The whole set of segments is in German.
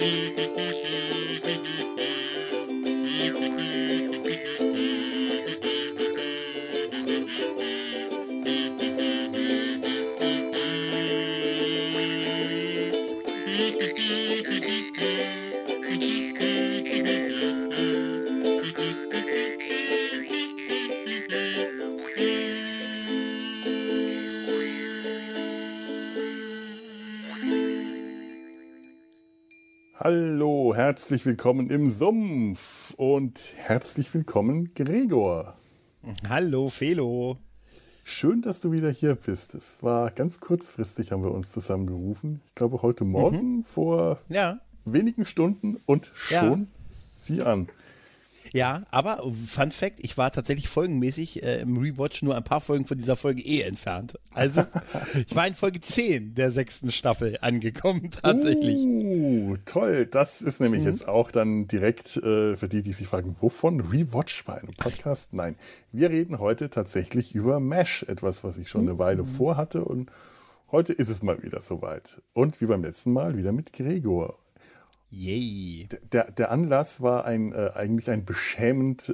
Hallo, herzlich willkommen im Sumpf und herzlich willkommen Gregor. Hallo Felo. Schön, dass du wieder hier bist. Es war ganz kurzfristig, haben wir uns zusammengerufen. Ich glaube heute Morgen vor wenigen Stunden und schon sieh an. Ja, aber Fun Fact, ich war tatsächlich folgenmäßig im Rewatch nur ein paar Folgen von dieser Folge entfernt. Also ich war in Folge 10 der 6. Staffel angekommen tatsächlich. Toll, das ist nämlich jetzt auch dann direkt für die sich fragen, wovon Rewatch bei einem Podcast? Nein, wir reden heute tatsächlich über MASH, etwas, was ich schon eine Weile vorhatte und heute ist es mal wieder soweit. Und wie beim letzten Mal wieder mit Gregor. Yay. Der Anlass war eigentlich ein beschämend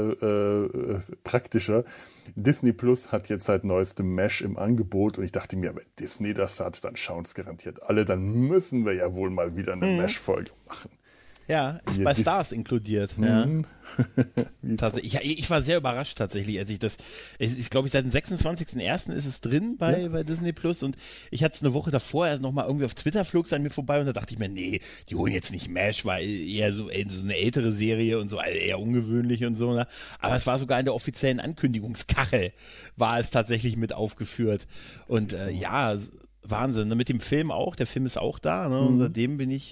praktischer. Disney Plus hat jetzt seit neuestem MASH im Angebot und ich dachte mir, wenn Disney das hat, dann schauen es garantiert alle, dann müssen wir ja wohl mal wieder eine MASH-Folge machen. Ja, ist bei Stars inkludiert. Ja. Tatsächlich. Ich war sehr überrascht tatsächlich, als ich das, es ist glaube ich seit dem 26.01. ist es drin bei Disney Plus und ich hatte es eine Woche davor erst nochmal irgendwie auf Twitter flog es an mir vorbei und da dachte ich mir, nee, die holen jetzt nicht MASH, war eher so eine ältere Serie und so, also eher ungewöhnlich und so, ne? Aber es war sogar in der offiziellen Ankündigungskachel, war es tatsächlich mit aufgeführt und Wahnsinn, ne? Mit dem Film auch, der Film ist auch da, ne? Und seitdem bin ich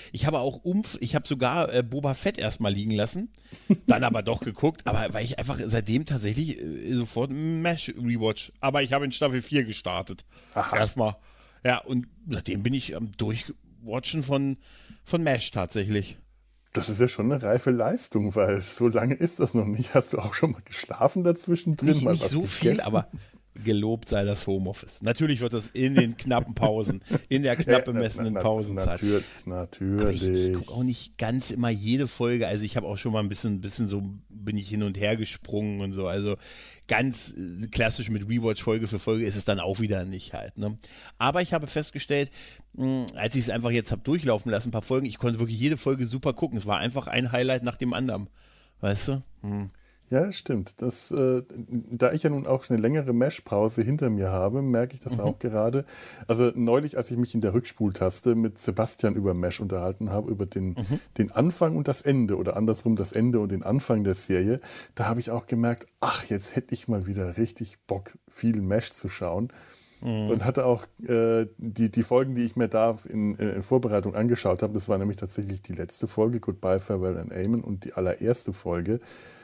ich habe sogar Boba Fett erstmal liegen lassen, dann aber doch geguckt, aber weil ich einfach seitdem tatsächlich sofort MASH Rewatch, aber ich habe in Staffel 4 gestartet. Aha. Erstmal. Ja, und seitdem bin ich am Durchwatchen von MASH tatsächlich. Das ist ja schon eine reife Leistung, weil so lange ist das noch nicht. Hast du auch schon mal geschlafen dazwischen drin? Nicht so viel, aber gelobt sei das Homeoffice. Natürlich wird das in den knappen Pausen, in der knapp bemessenen Pausenzeit. Natürlich. Aber ich gucke auch nicht ganz immer jede Folge. Also ich habe auch schon mal ein bisschen so, bin ich hin und her gesprungen und so. Also ganz klassisch mit Rewatch Folge für Folge ist es dann auch wieder nicht halt. Ne? Aber ich habe festgestellt, als ich es einfach jetzt habe durchlaufen lassen, ein paar Folgen, ich konnte wirklich jede Folge super gucken. Es war einfach ein Highlight nach dem anderen. Weißt du? Ja, stimmt. Da ich ja nun auch eine längere MASH-Pause hinter mir habe, merke ich das auch gerade. Also neulich, als ich mich in der Rückspultaste mit Sebastian über MASH unterhalten habe, über den Anfang und das Ende oder andersrum das Ende und den Anfang der Serie, da habe ich auch gemerkt, ach, jetzt hätte ich mal wieder richtig Bock, viel MASH zu schauen. Und hatte auch die Folgen, die ich mir da in Vorbereitung angeschaut habe, das war nämlich tatsächlich die letzte Folge, Goodbye, Farewell and Amen, und die allererste Folge.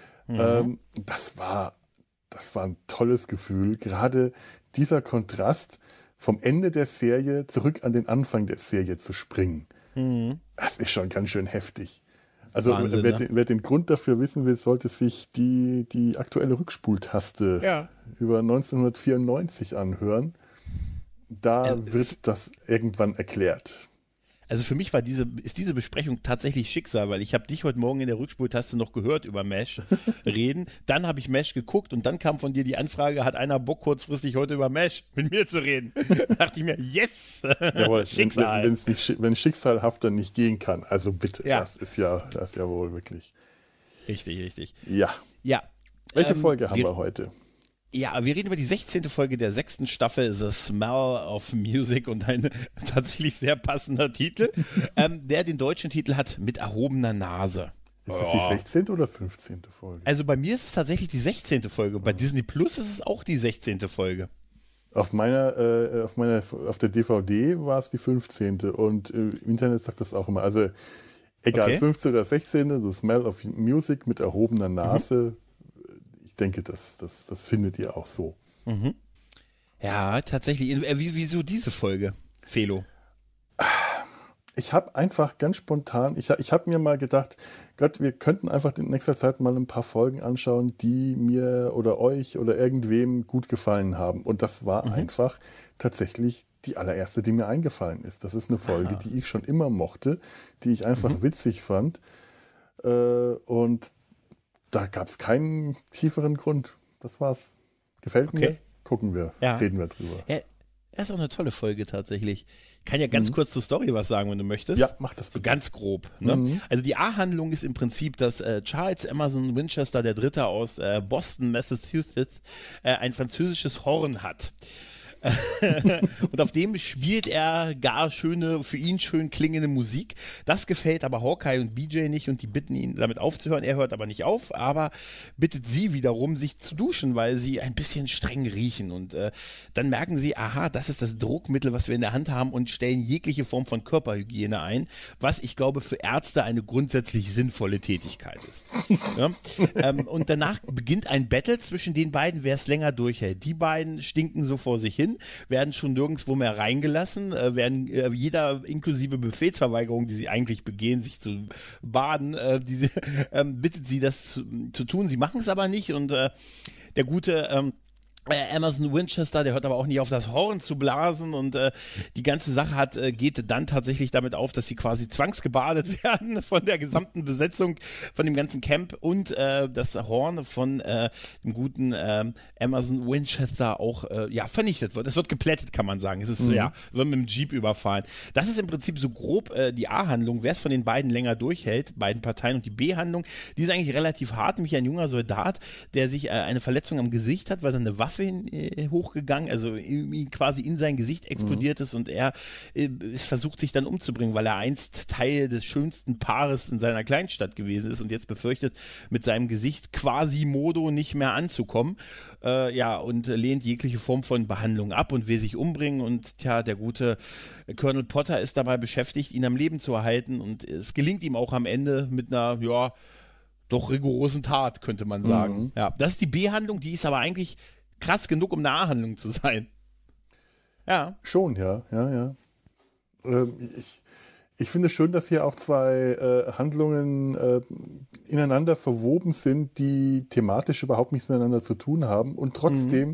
Das war ein tolles Gefühl. Gerade dieser Kontrast vom Ende der Serie zurück an den Anfang der Serie zu springen. Das ist schon ganz schön heftig. Also Wahnsinn, wer den Grund dafür wissen will, sollte sich die aktuelle Rückspultaste über 1994 anhören. Da wird das irgendwann erklärt. Also für mich ist diese Besprechung tatsächlich Schicksal, weil ich habe dich heute Morgen in der Rückspultaste noch gehört über MASH reden. Dann habe ich MASH geguckt und dann kam von dir die Anfrage, hat einer Bock kurzfristig heute über MASH mit mir zu reden. Da dachte ich mir, yes! Jawohl, Schicksal. Wenn schicksalhaft dann nicht gehen kann, also bitte, das ist ja wohl wirklich. Richtig. Ja. Welche Folge haben wir heute? Ja, wir reden über die 16. Folge der 6. Staffel, The Smell of Music, und ein tatsächlich sehr passender Titel, der den deutschen Titel hat, Mit erhobener Nase. Ist das die 16. oder 15. Folge? Also bei mir ist es tatsächlich die 16. Folge, bei Disney Plus ist es auch die 16. Folge. Auf der DVD war es die 15. und im Internet sagt das auch immer. Also egal, 15. oder 16. The Smell of Music mit erhobener Nase. Ich denke, das findet ihr auch so. Ja, tatsächlich. Wieso diese Folge, Felo? ich habe einfach ganz spontan, ich habe mir mal gedacht, Gott, wir könnten einfach in nächster Zeit mal ein paar Folgen anschauen, die mir oder euch oder irgendwem gut gefallen haben. Und das war einfach tatsächlich die allererste, die mir eingefallen ist. Das ist eine Folge, die ich schon immer mochte, die ich einfach witzig fand. Und da gab es keinen tieferen Grund. Das war's. Gefällt mir? Gucken wir, reden wir drüber. Ja, ist auch eine tolle Folge tatsächlich. Ich kann ja ganz kurz zur Story was sagen, wenn du möchtest. Ja, mach das bitte. So ganz grob. Ne? Also die A-Handlung ist im Prinzip, dass Charles Emerson Winchester III. Aus Boston, Massachusetts, ein französisches Horn hat. Und auf dem spielt er gar schöne, für ihn schön klingende Musik. Das gefällt aber Hawkeye und BJ nicht und die bitten ihn, damit aufzuhören. Er hört aber nicht auf, aber bittet sie wiederum, sich zu duschen, weil sie ein bisschen streng riechen. Und dann merken sie, aha, das ist das Druckmittel, was wir in der Hand haben und stellen jegliche Form von Körperhygiene ein, was ich glaube für Ärzte eine grundsätzlich sinnvolle Tätigkeit ist. Ja? Und danach beginnt ein Battle zwischen den beiden, wer es länger durchhält. Die beiden stinken so vor sich hin, werden schon nirgendwo mehr reingelassen, werden jeder inklusive Befehlsverweigerung, die sie eigentlich begehen, sich zu baden, bittet sie das zu tun. Sie machen es aber nicht und der gute Emerson Winchester, der hört aber auch nicht auf, das Horn zu blasen und die ganze Sache geht dann tatsächlich damit auf, dass sie quasi zwangsgebadet werden von der gesamten Besetzung, von dem ganzen Camp und das Horn von dem guten Emerson Winchester auch vernichtet wird. Es wird geplättet, kann man sagen. Es ist wird mit dem Jeep überfahren. Das ist im Prinzip so grob die A-Handlung. Wer es von den beiden länger durchhält, beiden Parteien, und die B-Handlung, die ist eigentlich relativ hart, nämlich ein junger Soldat, der sich eine Verletzung am Gesicht hat, weil seine Waffe hochgegangen, also quasi in sein Gesicht explodiert ist und er versucht sich dann umzubringen, weil er einst Teil des schönsten Paares in seiner Kleinstadt gewesen ist und jetzt befürchtet, mit seinem Gesicht quasi Modo nicht mehr anzukommen, und lehnt jegliche Form von Behandlung ab und will sich umbringen und der gute Colonel Potter ist dabei beschäftigt, ihn am Leben zu erhalten und es gelingt ihm auch am Ende mit einer, doch rigorosen Tat, könnte man sagen. Ja, das ist die B-Handlung, die ist aber eigentlich krass genug, um eine A-Handlung zu sein. Ja. Schon, ja. Ich finde es schön, dass hier auch zwei Handlungen ineinander verwoben sind, die thematisch überhaupt nichts miteinander zu tun haben und trotzdem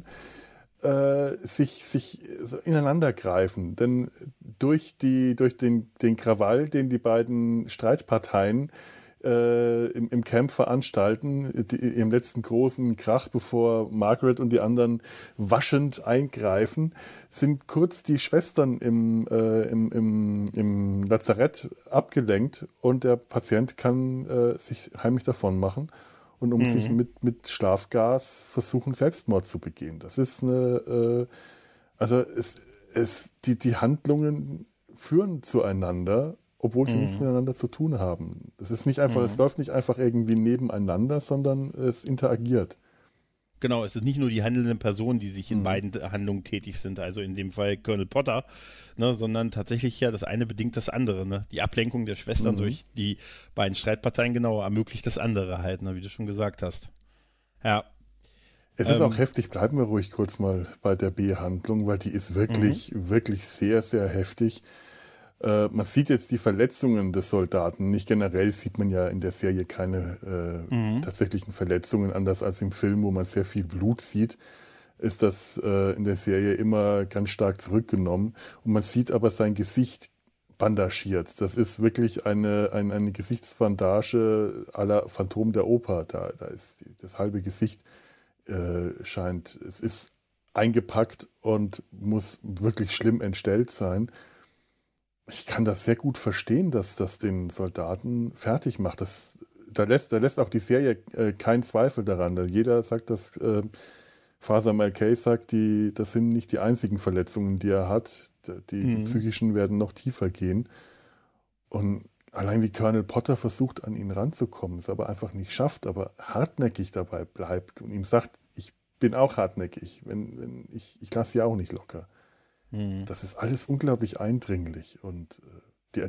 sich so ineinander greifen. Denn durch den Krawall, den die beiden Streitparteien im Camp veranstalten, ihrem letzten großen Krach, bevor Margaret und die anderen waschend eingreifen, sind kurz die Schwestern im Lazarett abgelenkt und der Patient kann sich heimlich davon machen und sich mit Schlafgas versuchen, Selbstmord zu begehen. Das ist die Handlungen führen zueinander, obwohl sie nichts miteinander zu tun haben. Das ist nicht einfach, es läuft nicht einfach irgendwie nebeneinander, sondern es interagiert. Genau, es ist nicht nur die handelnden Personen, die sich in beiden Handlungen tätig sind, also in dem Fall Colonel Potter, sondern tatsächlich das eine bedingt das andere. Ne? Die Ablenkung der Schwestern durch die beiden Streitparteien ermöglicht das andere halt, wie du schon gesagt hast. Ja. Es ist auch heftig, bleiben wir ruhig kurz mal bei der B-Handlung, weil die ist wirklich, wirklich sehr, sehr heftig. Man sieht jetzt die Verletzungen des Soldaten. Nicht generell sieht man ja in der Serie keine tatsächlichen Verletzungen, anders als im Film, wo man sehr viel Blut sieht, ist das in der Serie immer ganz stark zurückgenommen. Und man sieht aber sein Gesicht bandagiert. Das ist wirklich eine Gesichtsbandage à la Phantom der Oper. Da ist das halbe Gesicht es ist eingepackt und muss wirklich schlimm entstellt sein. Ich kann das sehr gut verstehen, dass das den Soldaten fertig macht. Da lässt auch die Serie keinen Zweifel daran. Jeder sagt, dass Faser Malkay sagt, das sind nicht die einzigen Verletzungen, die er hat. Die psychischen werden noch tiefer gehen. Und allein wie Colonel Potter versucht, an ihn ranzukommen, es aber einfach nicht schafft, aber hartnäckig dabei bleibt und ihm sagt, ich bin auch hartnäckig, ich lasse sie auch nicht locker. Das ist alles unglaublich eindringlich und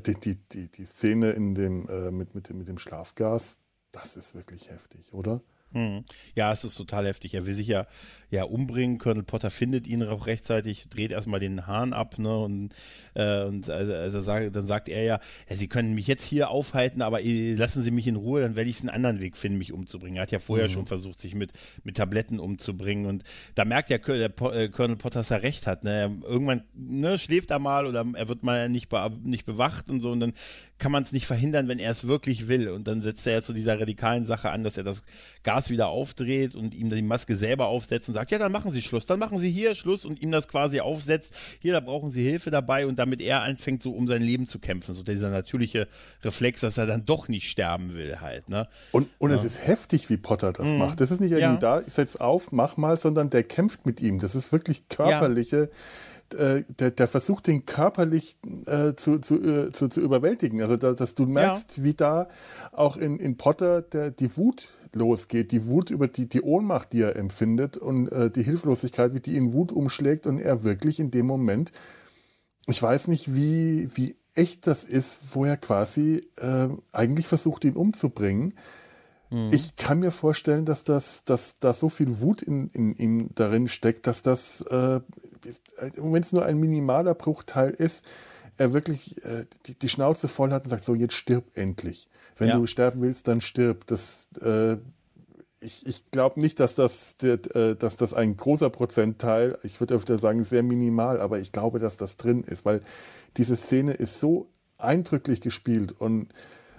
die Szene mit dem Schlafgas, das ist wirklich heftig, oder? Ja, es ist total heftig. Er will sich ja umbringen. Colonel Potter findet ihn auch rechtzeitig, dreht erstmal den Hahn ab, ne? Und dann sagt er ja, Sie können mich jetzt hier aufhalten, aber lassen Sie mich in Ruhe, dann werde ich einen anderen Weg finden, mich umzubringen. Er hat ja vorher schon versucht, sich mit Tabletten umzubringen. Und da merkt ja Colonel Potter, dass er recht hat. Ne? Irgendwann schläft er mal oder er wird mal nicht bewacht und so. Und dann kann man es nicht verhindern, wenn er es wirklich will. Und dann setzt er ja zu dieser radikalen Sache an, dass er das Gas wieder aufdreht und ihm die Maske selber aufsetzt und sagt, ja, dann machen Sie Schluss, dann machen Sie hier Schluss und ihm das quasi aufsetzt. Hier, da brauchen Sie Hilfe dabei und damit er anfängt, so um sein Leben zu kämpfen. So dieser natürliche Reflex, dass er dann doch nicht sterben will halt. Ne? Und es ist heftig, wie Potter das macht. Das ist nicht irgendwie da, ich setz auf, mach mal, sondern der kämpft mit ihm. Das ist wirklich körperliche... Der versucht, den körperlich zu überwältigen. Also, dass du merkst, wie da auch in Potter die Wut losgeht, die Wut über die Ohnmacht, die er empfindet und die Hilflosigkeit, wie die in Wut umschlägt und er wirklich in dem Moment, ich weiß nicht, wie echt das ist, wo er quasi eigentlich versucht, ihn umzubringen. Ich kann mir vorstellen, dass da so viel Wut in ihm darin steckt, dass das, wenn es nur ein minimaler Bruchteil ist, er wirklich die Schnauze voll hat und sagt, so jetzt stirb endlich. Wenn du sterben willst, dann stirb. Ich glaube nicht, dass das ein großer Prozentteil, ich würde öfter sagen sehr minimal, aber ich glaube, dass das drin ist, weil diese Szene ist so eindrücklich gespielt und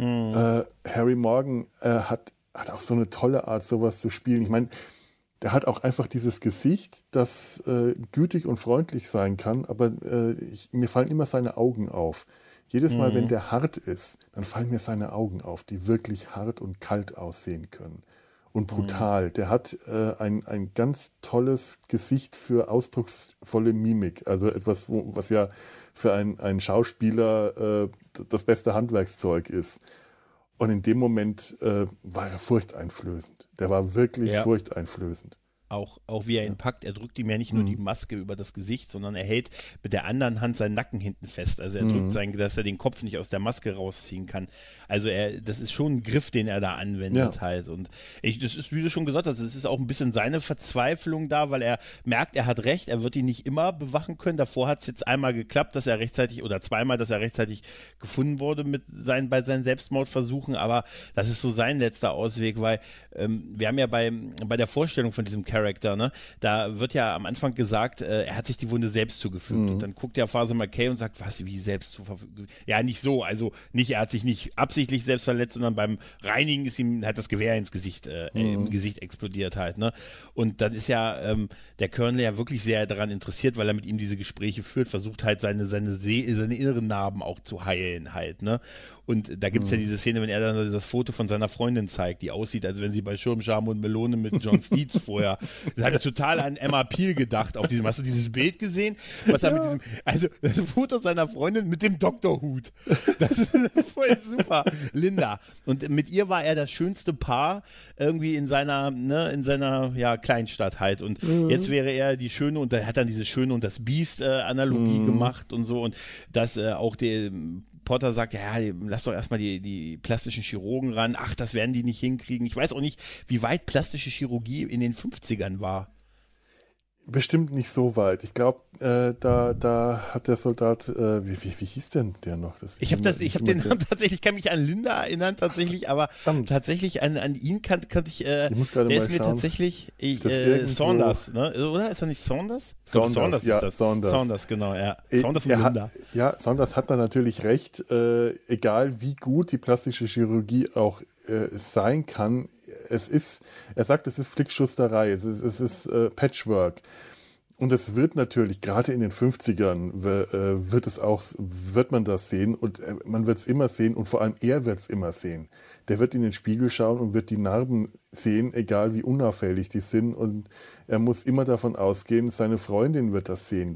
Harry Morgan hat auch so eine tolle Art, sowas zu spielen. Ich meine, der hat auch einfach dieses Gesicht, das gütig und freundlich sein kann, aber mir fallen immer seine Augen auf. Jedes Mal, wenn der hart ist, dann fallen mir seine Augen auf, die wirklich hart und kalt aussehen können. Und brutal. Der hat ein ganz tolles Gesicht für ausdrucksvolle Mimik. Also etwas, was ja für einen Schauspieler das beste Handwerkszeug ist. Und in dem Moment war er furchteinflößend. Der war wirklich furchteinflößend. Auch wie er ihn packt, er drückt ihm ja nicht nur die Maske über das Gesicht, sondern er hält mit der anderen Hand seinen Nacken hinten fest. Also er drückt dass er den Kopf nicht aus der Maske rausziehen kann. Also das ist schon ein Griff, den er da anwendet halt. Und das ist, wie du schon gesagt hast, es ist auch ein bisschen seine Verzweiflung da, weil er merkt, er hat recht, er wird ihn nicht immer bewachen können. Davor hat es jetzt einmal geklappt, dass er rechtzeitig oder zweimal, dass er rechtzeitig gefunden wurde bei seinen Selbstmordversuchen, aber das ist so sein letzter Ausweg, weil wir haben ja bei der Vorstellung von diesem Charakter, ne, da wird ja am Anfang gesagt, er hat sich die Wunde selbst zugefügt und dann guckt ja Father McKay und sagt, was, wie selbst zugefügt? Ja, nicht so, also er hat sich nicht absichtlich selbst verletzt, sondern beim Reinigen hat das Gewehr ins Gesicht, im Gesicht explodiert halt, ne, und dann ist ja der Colonel ja wirklich sehr daran interessiert, weil er mit ihm diese Gespräche führt, versucht halt seine inneren Narben auch zu heilen halt, ne, und da gibt es ja diese Szene, wenn er dann das Foto von seiner Freundin zeigt, die aussieht, als wenn sie bei Schirm, Scham und Melone mit John Steeds vorher. Das hat total an Emma Peel gedacht. Hast du dieses Bild gesehen? Was er mit diesem, also das Foto seiner Freundin mit dem Doktorhut. Das ist voll super. Linda. Und mit ihr war er das schönste Paar irgendwie in seiner Kleinstadt halt. Und jetzt wäre er die Schöne und er hat dann diese Schöne und das Biest Analogie gemacht und so. Und dass auch Potter sagt, ja, lass doch erstmal die plastischen Chirurgen ran. Ach, das werden die nicht hinkriegen. Ich weiß auch nicht, wie weit plastische Chirurgie in den 50ern war. Bestimmt nicht so weit. Ich glaube, da hat der Soldat, wie hieß denn der noch? Ich habe den Namen tatsächlich, ich kann mich an Linda erinnern tatsächlich, aber tatsächlich an ihn kannte ich, ich muss gerade der mal ist mir schauen. Tatsächlich Saunders, ne? Oder ist er nicht Saunders? Saunders ist das. Saunders, genau, ja. Saunders und Linda. Saunders hat da natürlich recht, egal wie gut die plastische Chirurgie auch sein kann, er sagt, es ist Flickschusterei, es ist Patchwork. Und es wird natürlich, gerade in den 50ern, wird man das sehen und man wird es immer sehen und vor allem er wird es immer sehen. Der wird in den Spiegel schauen und wird die Narben sehen, egal wie unauffällig die sind, und er muss immer davon ausgehen, seine Freundin wird das sehen.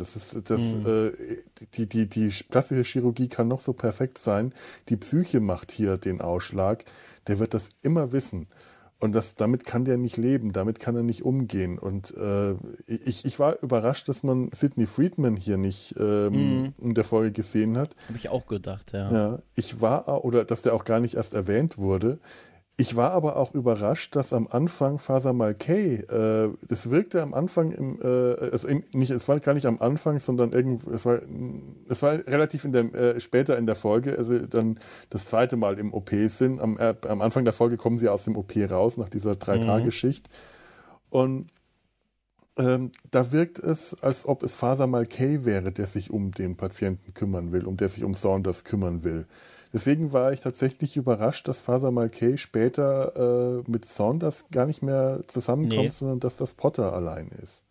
Die plastische Chirurgie kann noch so perfekt sein, die Psyche macht hier den Ausschlag, der wird das immer wissen. Und damit kann der nicht leben, damit kann er nicht umgehen. Und ich war überrascht, dass man Sidney Freedman hier nicht in der Folge gesehen hat. Habe ich auch gedacht, ja. Oder dass der auch gar nicht erst erwähnt wurde. Ich war aber auch überrascht, dass am Anfang Father Malkay, das wirkte am Anfang es war gar nicht am Anfang, sondern es war relativ später in der Folge, also dann das zweite Mal im OP sind. Am Anfang der Folge kommen sie aus dem OP raus, nach dieser 3-Tage-Schicht. Und da wirkt es, als ob es Father Malkay wäre, der sich um den Patienten kümmern will, der sich um Saunders kümmern will. Deswegen war ich tatsächlich überrascht, dass Father Malkay später mit Saunders gar nicht mehr zusammenkommt, sondern dass das Potter allein ist.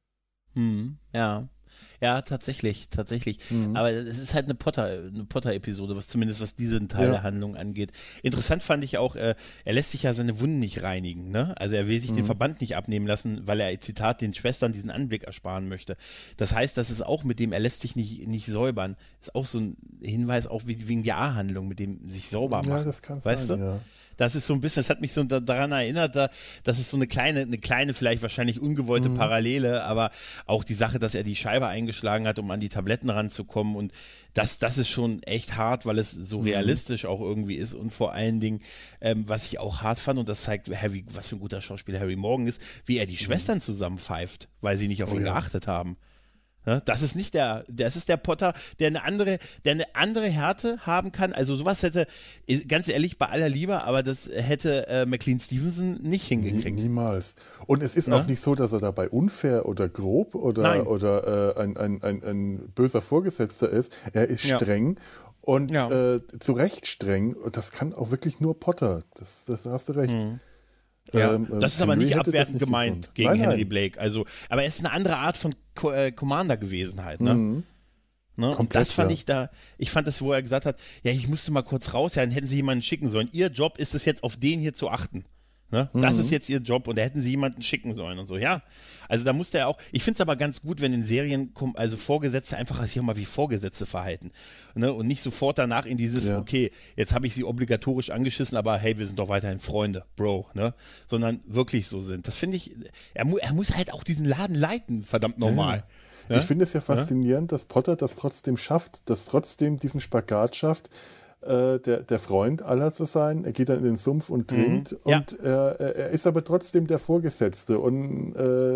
Ja, tatsächlich. Aber es ist halt eine Potter-Episode, was diesen Teil der Handlung angeht. Interessant fand ich auch, er lässt sich ja seine Wunden nicht reinigen, ne? Also er will sich den Verband nicht abnehmen lassen, weil er, Zitat, den Schwestern diesen Anblick ersparen möchte. Das heißt, das ist auch mit dem, er lässt sich nicht säubern, ist auch so ein Hinweis, auch wegen der A-Handlung, mit dem sich sauber machen. Ja, das kann weißt sein, du? ja. Das ist so ein bisschen, das hat mich so daran erinnert, dass es so eine kleine, vielleicht wahrscheinlich ungewollte Parallele, aber auch die Sache, dass er die Scheibe eingeschlagen hat, um an die Tabletten ranzukommen, und das ist schon echt hart, weil es so realistisch auch irgendwie ist, und vor allen Dingen, was ich auch hart fand, und das zeigt, was für ein guter Schauspieler Harry Morgan ist, wie er die Schwestern zusammenpfeift, weil sie nicht auf ihn geachtet haben. Das ist nicht das ist der Potter, der eine andere Härte haben kann. Also sowas hätte, ganz ehrlich, bei aller Liebe, aber das hätte McLean Stevenson nicht hingekriegt. Niemals. Und es ist auch nicht so, dass er dabei unfair oder grob oder ein böser Vorgesetzter ist. Er ist streng und zu Recht streng. Und das kann auch wirklich nur Potter. Das hast du recht. Ja, das ist aber nicht abwertend gemeint gegen nein. Henry Blake. Also, aber er ist eine andere Art von Commander gewesen halt, ne? Und das fand ich fand das, wo er gesagt hat, ja, ich musste mal kurz raus, ja, dann hätten sie jemanden schicken sollen. Ihr Job ist es jetzt, auf den hier zu achten. Ne? Das ist jetzt ihr Job, und da hätten sie jemanden schicken sollen und so, ja. Also da musste er auch, ich finde es aber ganz gut, wenn in Serien also Vorgesetzte einfach sich auch mal wie Vorgesetzte verhalten. Ne? Und nicht sofort danach in dieses, okay, jetzt habe ich sie obligatorisch angeschissen, aber hey, wir sind doch weiterhin Freunde, Bro, ne? Sondern wirklich so sind. Das finde ich, er muss halt auch diesen Laden leiten, verdammt normal. Ich finde es ja faszinierend, dass Potter das trotzdem schafft, dass trotzdem diesen Spagat schafft, der Freund aller zu sein. Er geht dann in den Sumpf und trinkt und er ist aber trotzdem der Vorgesetzte, und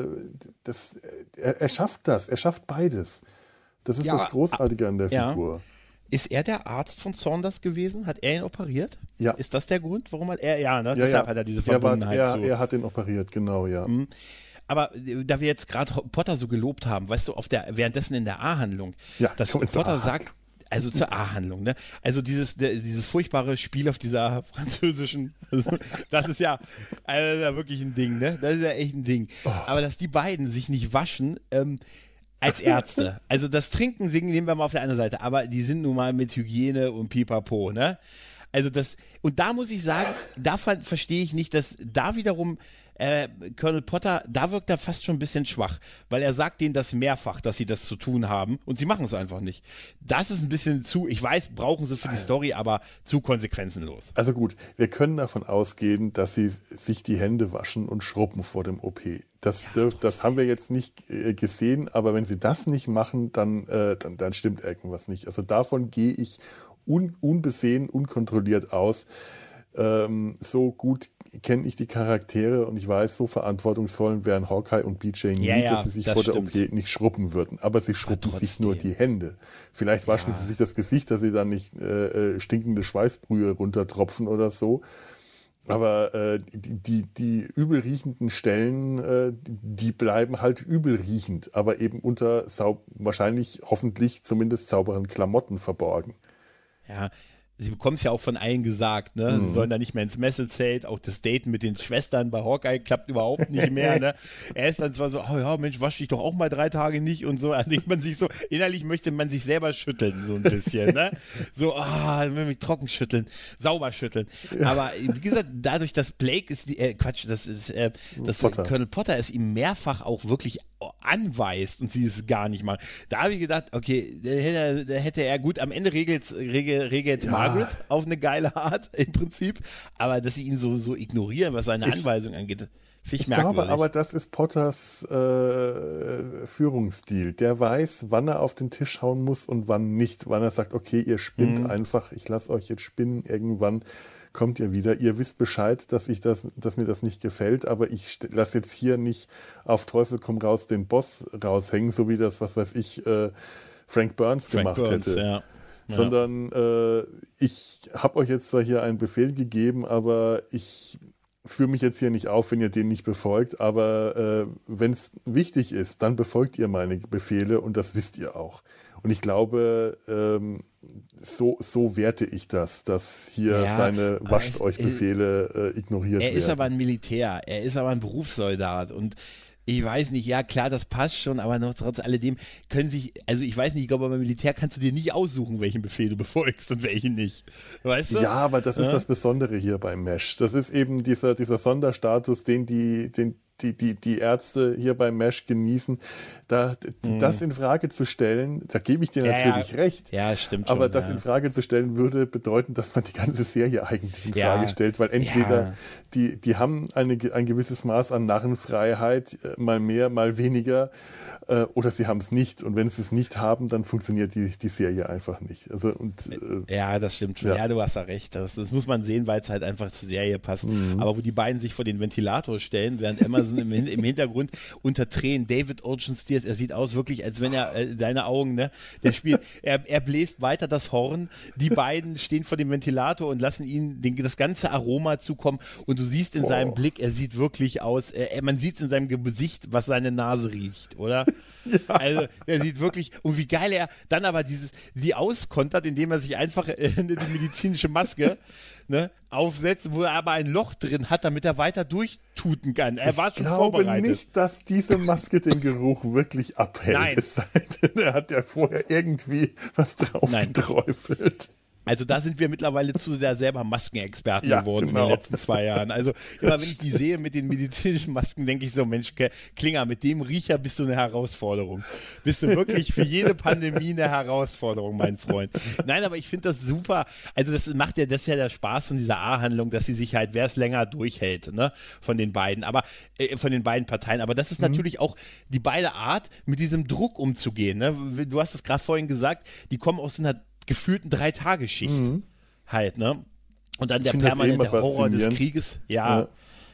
er schafft das, er schafft beides. Das ist das Großartige an der Figur. Ist er der Arzt von Saunders gewesen? Hat er ihn operiert? Ja. Ist das der Grund, warum deshalb hat er diese Verbundenheit. Er hat ihn operiert, genau, ja. Aber da wir jetzt gerade Potter so gelobt haben, weißt du, währenddessen in der A-Handlung, dass Potter sagt, also zur A-Handlung, ne? Also dieses furchtbare Spiel auf dieser französischen, das ist ja wirklich ein Ding, ne? Das ist ja echt ein Ding. Aber dass die beiden sich nicht waschen, als Ärzte. Also das Trinken, Singen nehmen wir mal auf der anderen Seite, aber die sind nun mal mit Hygiene und Pipapo, ne? Also und da muss ich sagen, da verstehe ich nicht, dass da wiederum Colonel Potter, da wirkt er fast schon ein bisschen schwach, weil er sagt denen das mehrfach, dass sie das zu tun haben, und sie machen es einfach nicht. Das ist ein bisschen ich weiß, brauchen sie für die Story, aber zu konsequenzenlos. Also gut, wir können davon ausgehen, dass sie sich die Hände waschen und schrubben vor dem OP. Das haben wir jetzt nicht gesehen, aber wenn sie das nicht machen, dann stimmt irgendwas nicht. Also davon gehe ich unbesehen, unkontrolliert aus. So gut kenne ich die Charaktere, und ich weiß, so verantwortungsvoll wären Hawkeye und BJ nie, dass sie sich vor der OP nicht schrubben würden. Aber sie schrubben sich nur die Hände. Vielleicht waschen sie sich das Gesicht, dass sie dann nicht stinkende Schweißbrühe runtertropfen oder so. Aber die übel riechenden Stellen, die bleiben halt übel riechend, aber eben unter wahrscheinlich, hoffentlich zumindest sauberen Klamotten verborgen. Ja, sie bekommen es ja auch von allen gesagt, ne? Sie sollen da nicht mehr ins Messezelt, auch das Date mit den Schwestern bei Hawkeye klappt überhaupt nicht mehr, ne? Er ist dann zwar so, oh ja, Mensch, wasch dich doch auch mal 3 Tage nicht und so, da denkt man sich so, innerlich möchte man sich selber schütteln, so ein bisschen, ne? So, mich trocken schütteln, sauber schütteln. Aber wie gesagt, dadurch, dass Blake Colonel Potter es ihm mehrfach auch wirklich anweist und sie es gar nicht machen. Da habe ich gedacht, okay, da hätte er gut, am Ende regelt Margaret auf eine geile Art im Prinzip, aber dass sie ihn so ignorieren, was seine Anweisung angeht, Ich glaube aber, das ist Potters Führungsstil. Der weiß, wann er auf den Tisch hauen muss und wann nicht. Wann er sagt, okay, ihr spinnt einfach, ich lasse euch jetzt spinnen, irgendwann kommt ihr wieder. Ihr wisst Bescheid, dass mir das nicht gefällt, aber ich lasse jetzt hier nicht auf Teufel komm raus den Boss raushängen, so wie das, was weiß ich, Frank Burns gemacht hätte. Ja. Sondern ich habe euch jetzt zwar hier einen Befehl gegeben, aber ich führe mich jetzt hier nicht auf, wenn ihr den nicht befolgt, aber wenn es wichtig ist, dann befolgt ihr meine Befehle und das wisst ihr auch. Und ich glaube, so werte ich das, dass hier seine Wascht-euch-Befehle ignoriert werden. Er ist aber ein Militär, er ist aber ein Berufssoldat und ich weiß nicht, ja klar, das passt schon, aber noch trotz alledem ich weiß nicht, ich glaube, beim Militär kannst du dir nicht aussuchen, welchen Befehl du befolgst und welchen nicht. Weißt du? Ja, aber das ist das Besondere hier beim Mesh. Das ist eben dieser Sonderstatus, den die Ärzte hier beim Mesh genießen, das in Frage zu stellen, da gebe ich dir natürlich recht. Ja, stimmt aber schon, das in Frage zu stellen würde bedeuten, dass man die ganze Serie eigentlich in Frage stellt, weil entweder die haben ein gewisses Maß an Narrenfreiheit, mal mehr, mal weniger, oder sie haben es nicht. Und wenn sie es nicht haben, dann funktioniert die Serie einfach nicht. Also, ja, das stimmt schon. Ja, du hast da recht. Das muss man sehen, weil es halt einfach zur Serie passt. Aber wo die beiden sich vor den Ventilator stellen, während Emerson im Hintergrund unter Tränen, David Ocean Stiers, er sieht aus wirklich, als wenn er, deine Augen, ne, der spielt, er bläst weiter das Horn, die beiden stehen vor dem Ventilator und lassen ihm das ganze Aroma zukommen und du siehst in seinem Blick, er sieht wirklich aus, man sieht in seinem Gesicht, was seine Nase riecht, oder? Ja. Also, er sieht wirklich, und wie geil er dann aber sie auskontert, indem er sich einfach die medizinische Maske aufsetzt, wo er aber ein Loch drin hat, damit er weiter durchtuten kann. Er war schon vorbereitet. Ich glaube nicht, dass diese Maske den Geruch wirklich abhält. Nein. Es sei denn, er hat ja vorher irgendwie was drauf geträufelt. Also da sind wir mittlerweile zu sehr selber Maskenexperten geworden in den letzten 2 Jahren. Also immer wenn ich die sehe mit den medizinischen Masken, denke ich so, Mensch, Klinger, mit dem Riecher bist du eine Herausforderung. Bist du wirklich für jede Pandemie eine Herausforderung, mein Freund. Nein, aber ich finde das super. Also das ist ja der Spaß von dieser A-Handlung, dass sie sich halt, wer es länger durchhält, ne, von den beiden Parteien. Aber das ist natürlich auch die beide Art, mit diesem Druck umzugehen. Ne? Du hast es gerade vorhin gesagt, die kommen aus einer gefühlten 3-Tage-Schicht halt, ne? Und dann der permanente Horror des Krieges. Ja,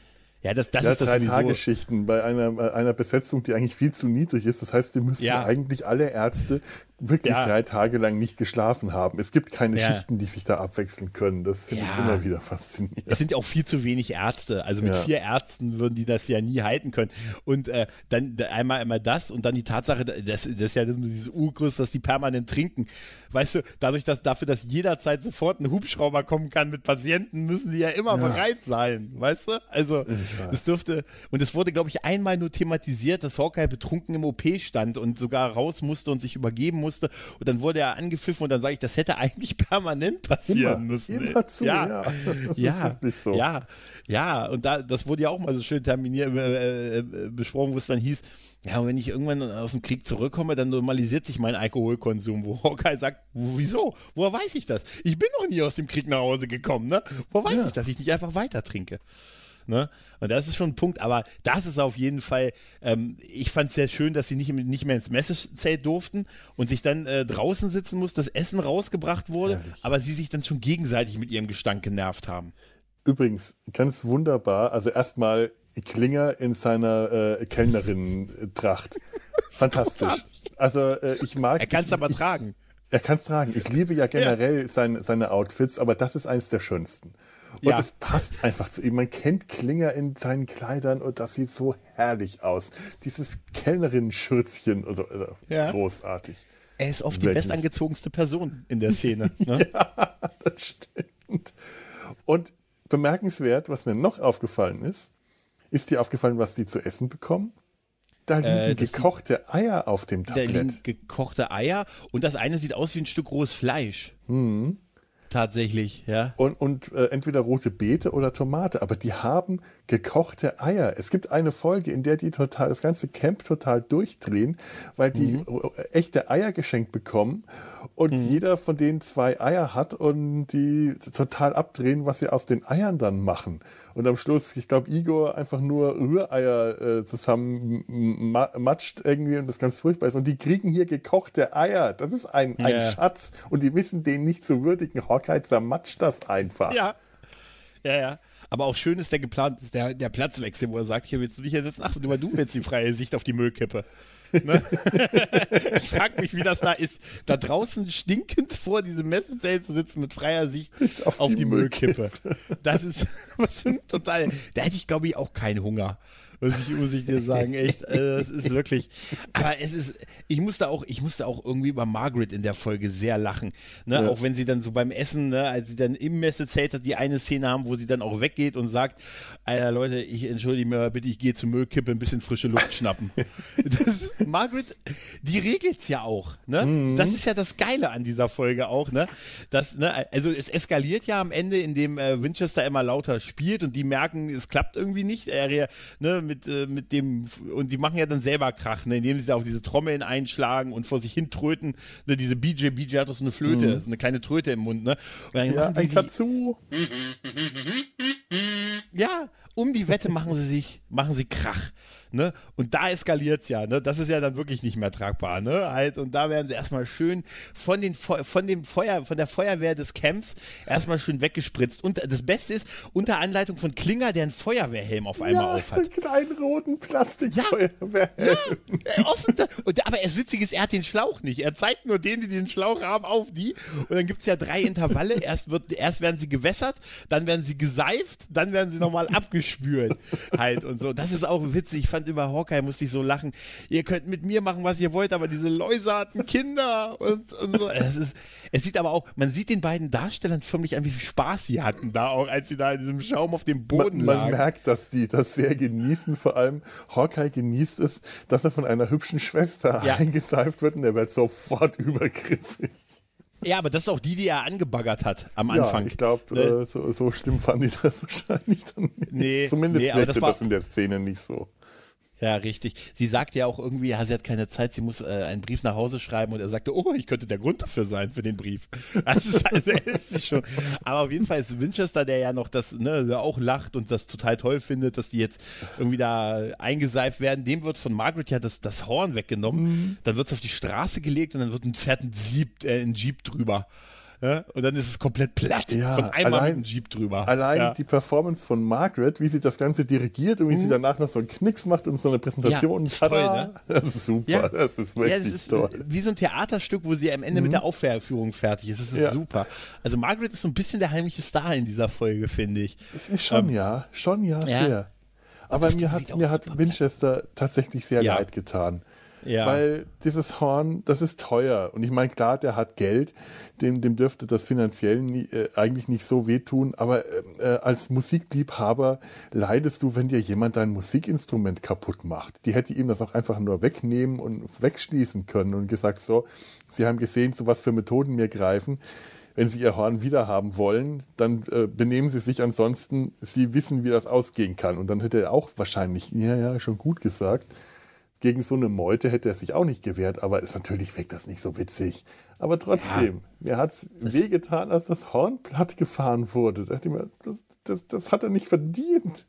das ist das 3-Tage-Schichten bei einer Besetzung, die eigentlich viel zu niedrig ist. Das heißt, die müssen eigentlich alle Ärzte wirklich 3 Tage lang nicht geschlafen haben. Es gibt keine Schichten, die sich da abwechseln können. Das finde ich immer wieder faszinierend. Es sind ja auch viel zu wenig Ärzte. Also mit 4 Ärzten würden die das ja nie halten können. Und dann einmal das und dann die Tatsache, das ist ja dieses Urgrüß, dass die permanent trinken. Weißt du, dafür, dass jederzeit sofort ein Hubschrauber kommen kann mit Patienten, müssen die ja immer bereit sein. Weißt du? Also das dürfte, und es wurde, glaube ich, einmal nur thematisiert, dass Hawkeye betrunken im OP stand und sogar raus musste und sich übergeben musste. Und dann wurde er angepfiffen und dann sage ich, das hätte eigentlich permanent passieren müssen. Immerzu, das ist wirklich so. Ja, und das wurde ja auch mal so schön besprochen, wo es dann hieß, ja, und wenn ich irgendwann aus dem Krieg zurückkomme, dann normalisiert sich mein Alkoholkonsum, wo Hawkeye sagt, wieso? Woher weiß ich das? Ich bin noch nie aus dem Krieg nach Hause gekommen, ne? Woher weiß ich, dass ich nicht einfach weiter trinke? Ne? Und das ist schon ein Punkt, aber das ist auf jeden Fall, ich fand es sehr schön, dass sie nicht mehr ins Messezelt durften und sich dann draußen sitzen mussten, das Essen rausgebracht wurde, herrlich, aber sie sich dann schon gegenseitig mit ihrem Gestank genervt haben. Übrigens, ganz wunderbar, also erstmal Klinger in seiner Kellnerin-Tracht. Fantastisch. Also ich mag... Er kann es aber tragen. Er kann es tragen. Ich liebe ja generell seine Outfits, aber das ist eines der schönsten. Und es passt einfach zu ihm. Man kennt Klinger in seinen Kleidern und das sieht so herrlich aus. Dieses Kellnerinnen-Schürzchen, großartig. Er ist oft die bestangezogenste Person in der Szene. Ne? Ja, das stimmt. Und bemerkenswert, was mir noch aufgefallen ist dir aufgefallen, was die zu essen bekommen? Da liegen gekochte Eier auf dem Tablett. Da liegen gekochte Eier und das eine sieht aus wie ein Stück rohes Fleisch. Tatsächlich, ja. Und entweder rote Beete oder Tomate, aber die haben gekochte Eier. Es gibt eine Folge, in der die das ganze Camp total durchdrehen, weil die echte Eier geschenkt bekommen und jeder von denen 2 Eier hat und die total abdrehen, was sie aus den Eiern dann machen. Und am Schluss, ich glaube, Igor einfach nur Rühreier zusammen matscht irgendwie und das ganz furchtbar ist. Und die kriegen hier gekochte Eier. Das ist ein Schatz. Und die wissen den nicht zu würdigen. Hawkeye zermatscht das einfach. Ja. Aber auch schön ist der geplant, der Platzwechsel, wo er sagt, hier willst du dich ersetzen, ach, du willst die freie Sicht auf die Müllkippe. Ne? Ich frage mich, wie das da ist, da draußen stinkend vor diesem Messezelt zu sitzen mit freier Sicht auf die Müllkippe. Das ist was für ein total, da hätte ich glaube ich auch keinen Hunger. Muss ich dir sagen, echt, das ist wirklich, aber ich musste auch irgendwie über Margaret in der Folge sehr lachen, ne? Ja. Auch wenn sie dann so beim Essen, ne, als sie dann im Messezelt die eine Szene haben, wo sie dann auch weggeht und sagt, Alter Leute, ich entschuldige mir bitte, ich gehe zur Müllkippe ein bisschen frische Luft schnappen. Margaret, die regelt's ja auch, ne? Das ist ja das Geile an dieser Folge auch, ne? Also es eskaliert ja am Ende, indem Winchester immer lauter spielt und die merken, es klappt irgendwie nicht, mit dem, und die machen ja dann selber Krach, ne, indem sie da auf diese Trommeln einschlagen und vor sich hin tröten. Ne, diese BJ hat doch so eine Flöte, so eine kleine Tröte im Mund, ne? Und dann ja, ein Katsu. Ja, um die Wette machen sie Krach. Ne? Und da eskaliert es ja, ne? Das ist ja dann wirklich nicht mehr tragbar, ne? Halt, und da werden sie erstmal schön von der Feuerwehr des Camps erstmal schön weggespritzt. Und das Beste ist, unter Anleitung von Klinger, der einen Feuerwehrhelm auf einmal aufhat. Einen kleinen roten Plastikfeuerwehrhelm. Ja, offen. Aber das Witzige ist, er hat den Schlauch nicht. Er zeigt nur denen, die den Schlauch haben, auf die. Und dann gibt es ja 3 Intervalle. Erst werden sie gewässert, dann werden sie geseift, dann werden sie nochmal abgespült. Halt und so. Das ist auch witzig. Ich fand über Hawkeye, musste ich so lachen. Ihr könnt mit mir machen, was ihr wollt, aber diese läuserten Kinder und so. Es sieht aber auch, man sieht den beiden Darstellern förmlich an, wie viel Spaß sie hatten da auch, als sie da in diesem Schaum auf dem Boden lagen. Man merkt, dass die das sehr genießen. Vor allem Hawkeye genießt es, dass er von einer hübschen Schwester eingeseift wird und er wird sofort übergriffig. Ja, aber das ist auch die er angebaggert hat am Anfang. Ja, ich glaube, so schlimm fanden die das wahrscheinlich dann nicht. Nee, Zumindest wirkte das in der Szene nicht so. Ja, richtig. Sie sagte ja auch irgendwie, sie hat keine Zeit, sie muss einen Brief nach Hause schreiben und er sagte, oh, ich könnte der Grund dafür sein, für den Brief. Also er ist sie schon. Aber auf jeden Fall ist Winchester, der ja noch der auch lacht und das total toll findet, dass die jetzt irgendwie da eingeseift werden, dem wird von Margaret ja das Horn weggenommen, dann wird es auf die Straße gelegt und dann fährt ein Jeep drüber. Ja, und dann ist es komplett platt, von einmal mit dem Jeep drüber. Allein die Performance von Margaret, wie sie das Ganze dirigiert und wie sie danach noch so einen Knicks macht und so eine Präsentation. Ja, ist toll, ne? Das ist super, das ist wirklich toll. Wie so ein Theaterstück, wo sie am Ende mit der Aufführung fertig ist. Das ist super. Also Margaret ist so ein bisschen der heimliche Star in dieser Folge, finde ich. Schon sehr. Aber mir hat Winchester tatsächlich sehr leid getan. Ja. Weil dieses Horn, das ist teuer. Und ich meine, klar, der hat Geld, dem dürfte das finanziell eigentlich nicht so wehtun, aber als Musikliebhaber leidest du, wenn dir jemand dein Musikinstrument kaputt macht. Die hätte ihm das auch einfach nur wegnehmen und wegschließen können und gesagt, so, Sie haben gesehen, zu was für Methoden mir greifen. Wenn Sie Ihr Horn wiederhaben wollen, dann benehmen Sie sich, ansonsten, Sie wissen, wie das ausgehen kann. Und dann hätte er auch wahrscheinlich, schon gut gesagt, gegen so eine Meute hätte er sich auch nicht gewehrt, aber natürlich wirkt das nicht so witzig. Aber trotzdem, mir hat es wehgetan, als das Horn platt gefahren wurde. Da dachte ich mir, das hat er nicht verdient.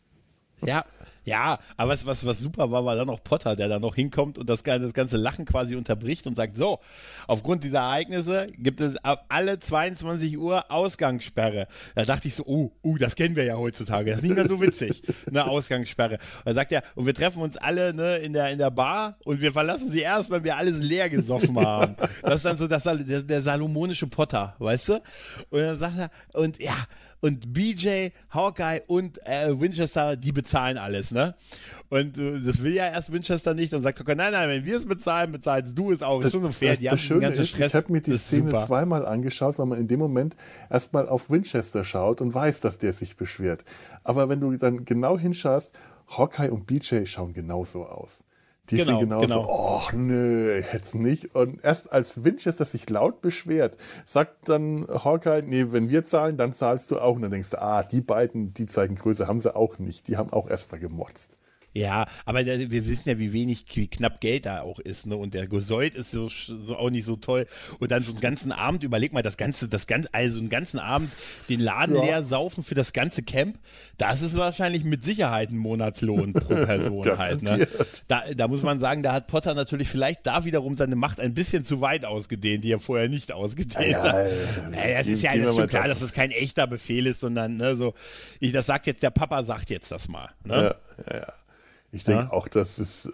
Ja, aber was super war dann auch Potter, der da noch hinkommt und das ganze Lachen quasi unterbricht und sagt, so, aufgrund dieser Ereignisse gibt es ab alle 22 Uhr Ausgangssperre. Da dachte ich so, das kennen wir ja heutzutage, das ist nicht mehr so witzig, eine Ausgangssperre. Und dann sagt er, und wir treffen uns alle in der Bar und wir verlassen sie erst, wenn wir alles leer gesoffen haben. Das ist dann so der salomonische Potter, weißt du? Und dann sagt er, und BJ, Hawkeye und Winchester, die bezahlen alles, ne? Und das will ja erst Winchester nicht. Dann sagt Hawkeye, nein, wenn wir es bezahlen, bezahlst du es auch. Ist schon so fair. Das Schöne ist, ich habe mir die Szene zweimal angeschaut, weil man in dem Moment erstmal auf Winchester schaut und weiß, dass der sich beschwert. Aber wenn du dann genau hinschaust, Hawkeye und BJ schauen genauso aus. Die sind genauso, oh nö, jetzt nicht. Und erst als Winchester sich laut beschwert, sagt dann Hawkeye, nee, wenn wir zahlen, dann zahlst du auch. Und dann denkst du, die beiden, die zeigen Größe, haben sie auch nicht. Die haben auch erstmal gemotzt. Ja, aber wir wissen ja, wie knapp Geld da auch ist, ne? Und der Gesäut ist so auch nicht so toll. Und dann so einen ganzen Abend, überleg mal, also einen ganzen Abend den Laden leer saufen für das ganze Camp, das ist wahrscheinlich mit Sicherheit ein Monatslohn pro Person halt, ne? Da muss man sagen, da hat Potter natürlich vielleicht da wiederum seine Macht ein bisschen zu weit ausgedehnt, die er vorher nicht ausgedehnt hat. Es ist ja alles schon klar, dass das kein echter Befehl ist, sondern, ne, so, das sagt jetzt, der Papa sagt jetzt das mal, ne? Ja. Ich denke auch, da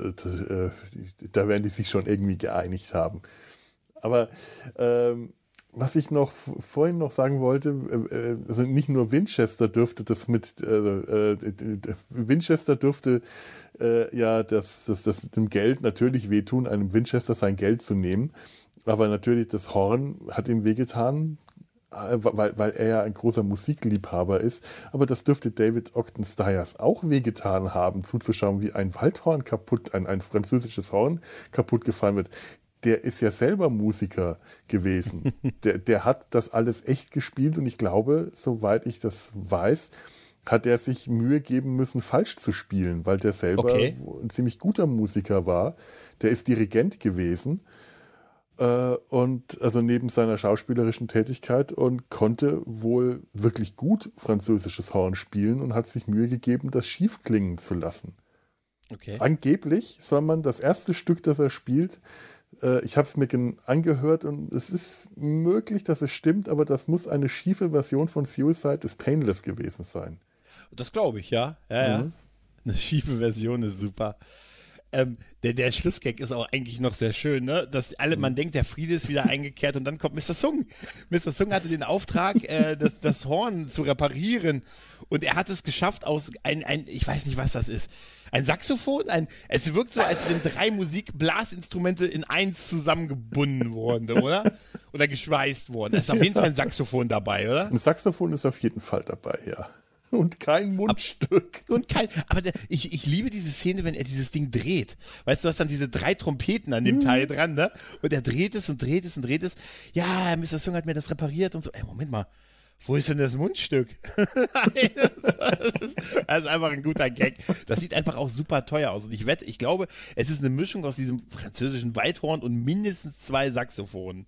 werden die sich schon irgendwie geeinigt haben. Aber was ich vorhin noch sagen wollte, also nicht nur Winchester dürfte das Winchester dürfte das dem Geld natürlich wehtun, einem Winchester sein Geld zu nehmen. Aber natürlich das Horn hat ihm wehgetan, weil er ja ein großer Musikliebhaber ist. Aber das dürfte David Ogden Stiers auch wehgetan haben, zuzuschauen, wie ein Waldhorn ein französisches Horn kaputt gefallen wird. Der ist ja selber Musiker gewesen. Der hat das alles echt gespielt und ich glaube, soweit ich das weiß, hat er sich Mühe geben müssen, falsch zu spielen, weil der selber ein ziemlich guter Musiker war. Der ist Dirigent gewesen. Und also neben seiner schauspielerischen Tätigkeit und konnte wohl wirklich gut französisches Horn spielen und hat sich Mühe gegeben, das schief klingen zu lassen. Okay. Angeblich soll man das erste Stück, das er spielt, ich habe es mir angehört und es ist möglich, dass es stimmt, aber das muss eine schiefe Version von Suicide is Painless gewesen sein. Das glaube ich, ja. Ja. Eine schiefe Version ist super. Der Schlussgag ist auch eigentlich noch sehr schön, ne? Dass man denkt, der Friede ist wieder eingekehrt und dann kommt Mr. Sung. Mr. Sung hatte den Auftrag, das Horn zu reparieren und er hat es geschafft aus ich weiß nicht, was das ist. Ein Saxophon? Es wirkt so, als wenn 3 Musikblasinstrumente in eins zusammengebunden wurden, oder? Oder geschweißt wurden. Da ist auf jeden Fall ein Saxophon dabei, oder? Ein Saxophon ist auf jeden Fall dabei, ja. Und kein Mundstück. Aber ich liebe diese Szene, wenn er dieses Ding dreht. Weißt du, hast dann diese 3 Trompeten an dem Teil dran, ne? Und er dreht es und dreht es und dreht es. Ja, Mr. Sung hat mir das repariert und so. Ey, Moment mal. Wo ist denn das Mundstück? das ist einfach ein guter Gag. Das sieht einfach auch super teuer aus. Und ich glaube, es ist eine Mischung aus diesem französischen Waldhorn und mindestens 2 Saxophonen.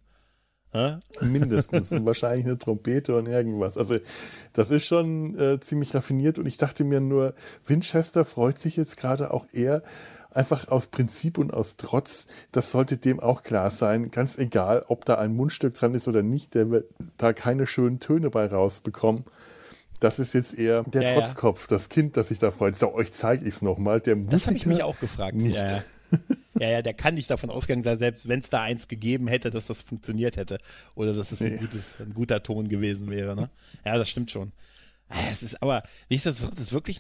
Mindestens. Und wahrscheinlich eine Trompete und irgendwas. Also das ist schon ziemlich raffiniert und ich dachte mir nur, Winchester freut sich jetzt gerade auch eher einfach aus Prinzip und aus Trotz. Das sollte dem auch klar sein. Ganz egal, ob da ein Mundstück dran ist oder nicht, der wird da keine schönen Töne bei rausbekommen. Das ist jetzt eher der Trotzkopf, das Kind, das sich da freut. So, euch zeige ich es nochmal. Das habe ich mich auch gefragt. Nicht. Ja, der kann nicht davon ausgegangen sein, selbst wenn es da eins gegeben hätte, dass das funktioniert hätte. Oder dass es ein guter Ton gewesen wäre. Ne? Ja, das stimmt schon. Es ist aber, nichtsdestotrotz, das ist wirklich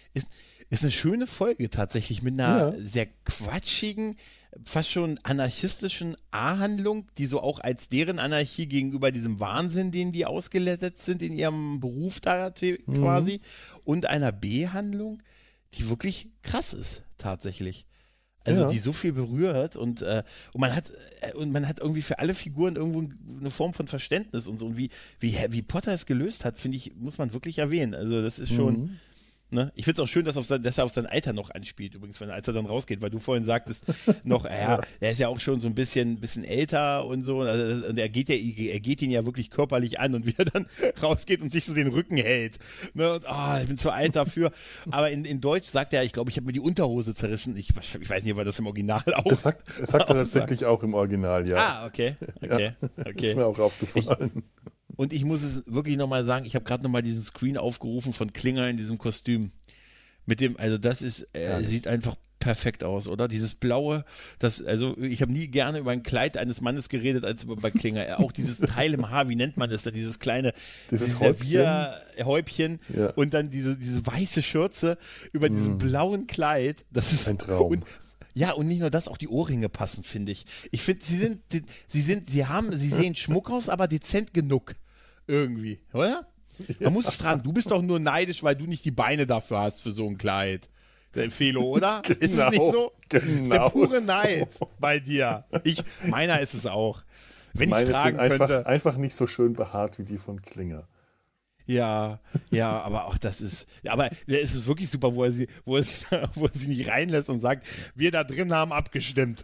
ist eine schöne Folge tatsächlich mit einer sehr quatschigen, fast schon anarchistischen A-Handlung, die so auch als deren Anarchie gegenüber diesem Wahnsinn, den die ausgesetzt sind in ihrem Beruf da quasi, und einer B-Handlung, die wirklich krass ist tatsächlich. Also die so viel berührt und man hat irgendwie für alle Figuren irgendwo eine Form von Verständnis und so. Und wie Potter es gelöst hat, finde ich, muss man wirklich erwähnen. Also das ist schon, ne? Ich finde es auch schön, dass er auf sein Alter noch anspielt, übrigens, als er dann rausgeht, weil du vorhin sagtest, noch, er ist ja auch schon so ein bisschen älter und so, also, und er geht ihn ja wirklich körperlich an und wie er dann rausgeht und sich so den Rücken hält. Ne? Und, ich bin zu alt dafür. Aber in Deutsch sagt er, ich glaube, ich habe mir die Unterhose zerrissen. Ich weiß nicht, ob er das im Original auch das sagt er tatsächlich auch im Original, ja. Okay. Ist mir auch aufgefallen. Und ich muss es wirklich nochmal sagen, ich habe gerade nochmal diesen Screen aufgerufen von Klinger in diesem Kostüm. Das ist, sieht einfach perfekt aus, oder? Dieses Blaue, ich habe nie gerne über ein Kleid eines Mannes geredet, als bei Klinger. Auch dieses Teil im Haar, wie nennt man das da? Dieses kleine Servierhäubchen und dann diese weiße Schürze über diesem blauen Kleid. Das ist ein Traum. Und nicht nur das, auch die Ohrringe passen, finde ich. Ich finde, sie sehen Schmuck aus, aber dezent genug. Irgendwie, oder? Man muss es tragen. Du bist doch nur neidisch, weil du nicht die Beine dafür hast für so ein Kleid. Felo, oder? Genau, ist es nicht so? Genau. Der pure Neid bei dir. Meiner ist es auch. Wenn ich es tragen könnte. Einfach nicht so schön behaart wie die von Klinger. Ja, aber auch das ist, aber es ist wirklich super, wo er sie nicht reinlässt und sagt, wir da drin haben abgestimmt.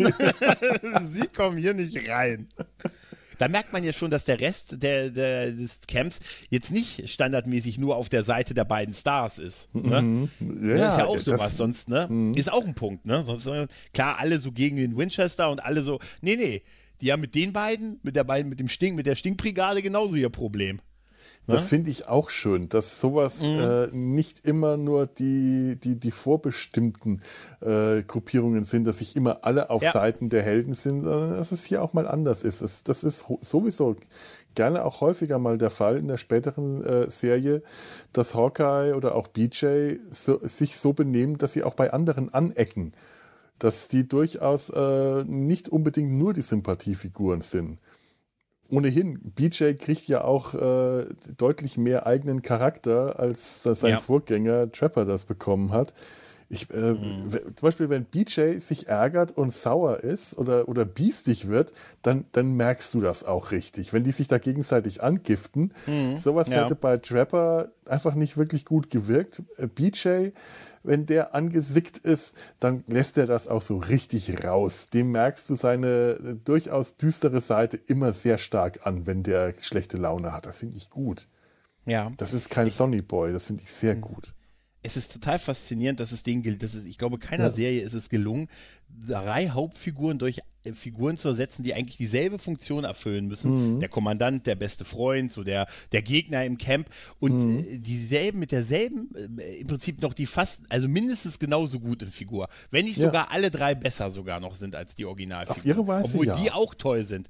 Sie kommen hier nicht rein. Da merkt man ja schon, dass der Rest des Camps jetzt nicht standardmäßig nur auf der Seite der beiden Stars ist. Ne? Ja, das ist ja auch sowas sonst, ne? Ist auch ein Punkt, ne? Sonst, klar, alle so gegen den Winchester und alle so, nee, die haben mit den beiden, mit der Stinkbrigade genauso ihr Problem. Das finde ich auch schön, dass sowas nicht immer nur die vorbestimmten Gruppierungen sind, dass sich immer alle auf Seiten der Helden sind, sondern dass es hier auch mal anders ist. Das ist sowieso gerne auch häufiger mal der Fall in der späteren Serie, dass Hawkeye oder auch BJ sich so benehmen, dass sie auch bei anderen anecken. Dass die durchaus nicht unbedingt nur die Sympathiefiguren sind. Ohnehin, BJ kriegt ja auch deutlich mehr eigenen Charakter, als sein Vorgänger Trapper das bekommen hat. Zum Beispiel, wenn BJ sich ärgert und sauer ist oder biestig wird, dann merkst du das auch richtig. Wenn die sich da gegenseitig angiften, sowas hätte bei Trapper einfach nicht wirklich gut gewirkt. BJ, wenn der angesickt ist, dann lässt er das auch so richtig raus. Dem merkst du seine durchaus düstere Seite immer sehr stark an, wenn der schlechte Laune hat. Das finde ich gut. Ja. Das ist kein Sonny Boy, das finde ich sehr gut. Es ist total faszinierend, dass es denen gilt. Ich glaube, keiner Serie ist es gelungen, 3 Hauptfiguren durch Figuren zu ersetzen, die eigentlich dieselbe Funktion erfüllen müssen. Der Kommandant, der beste Freund, so der Gegner im Camp und mit derselben, im Prinzip noch also mindestens genauso gute Figur. Wenn nicht sogar alle 3 besser sogar noch sind als die Originalfigur. Auf ihre Weise, obwohl die auch toll sind.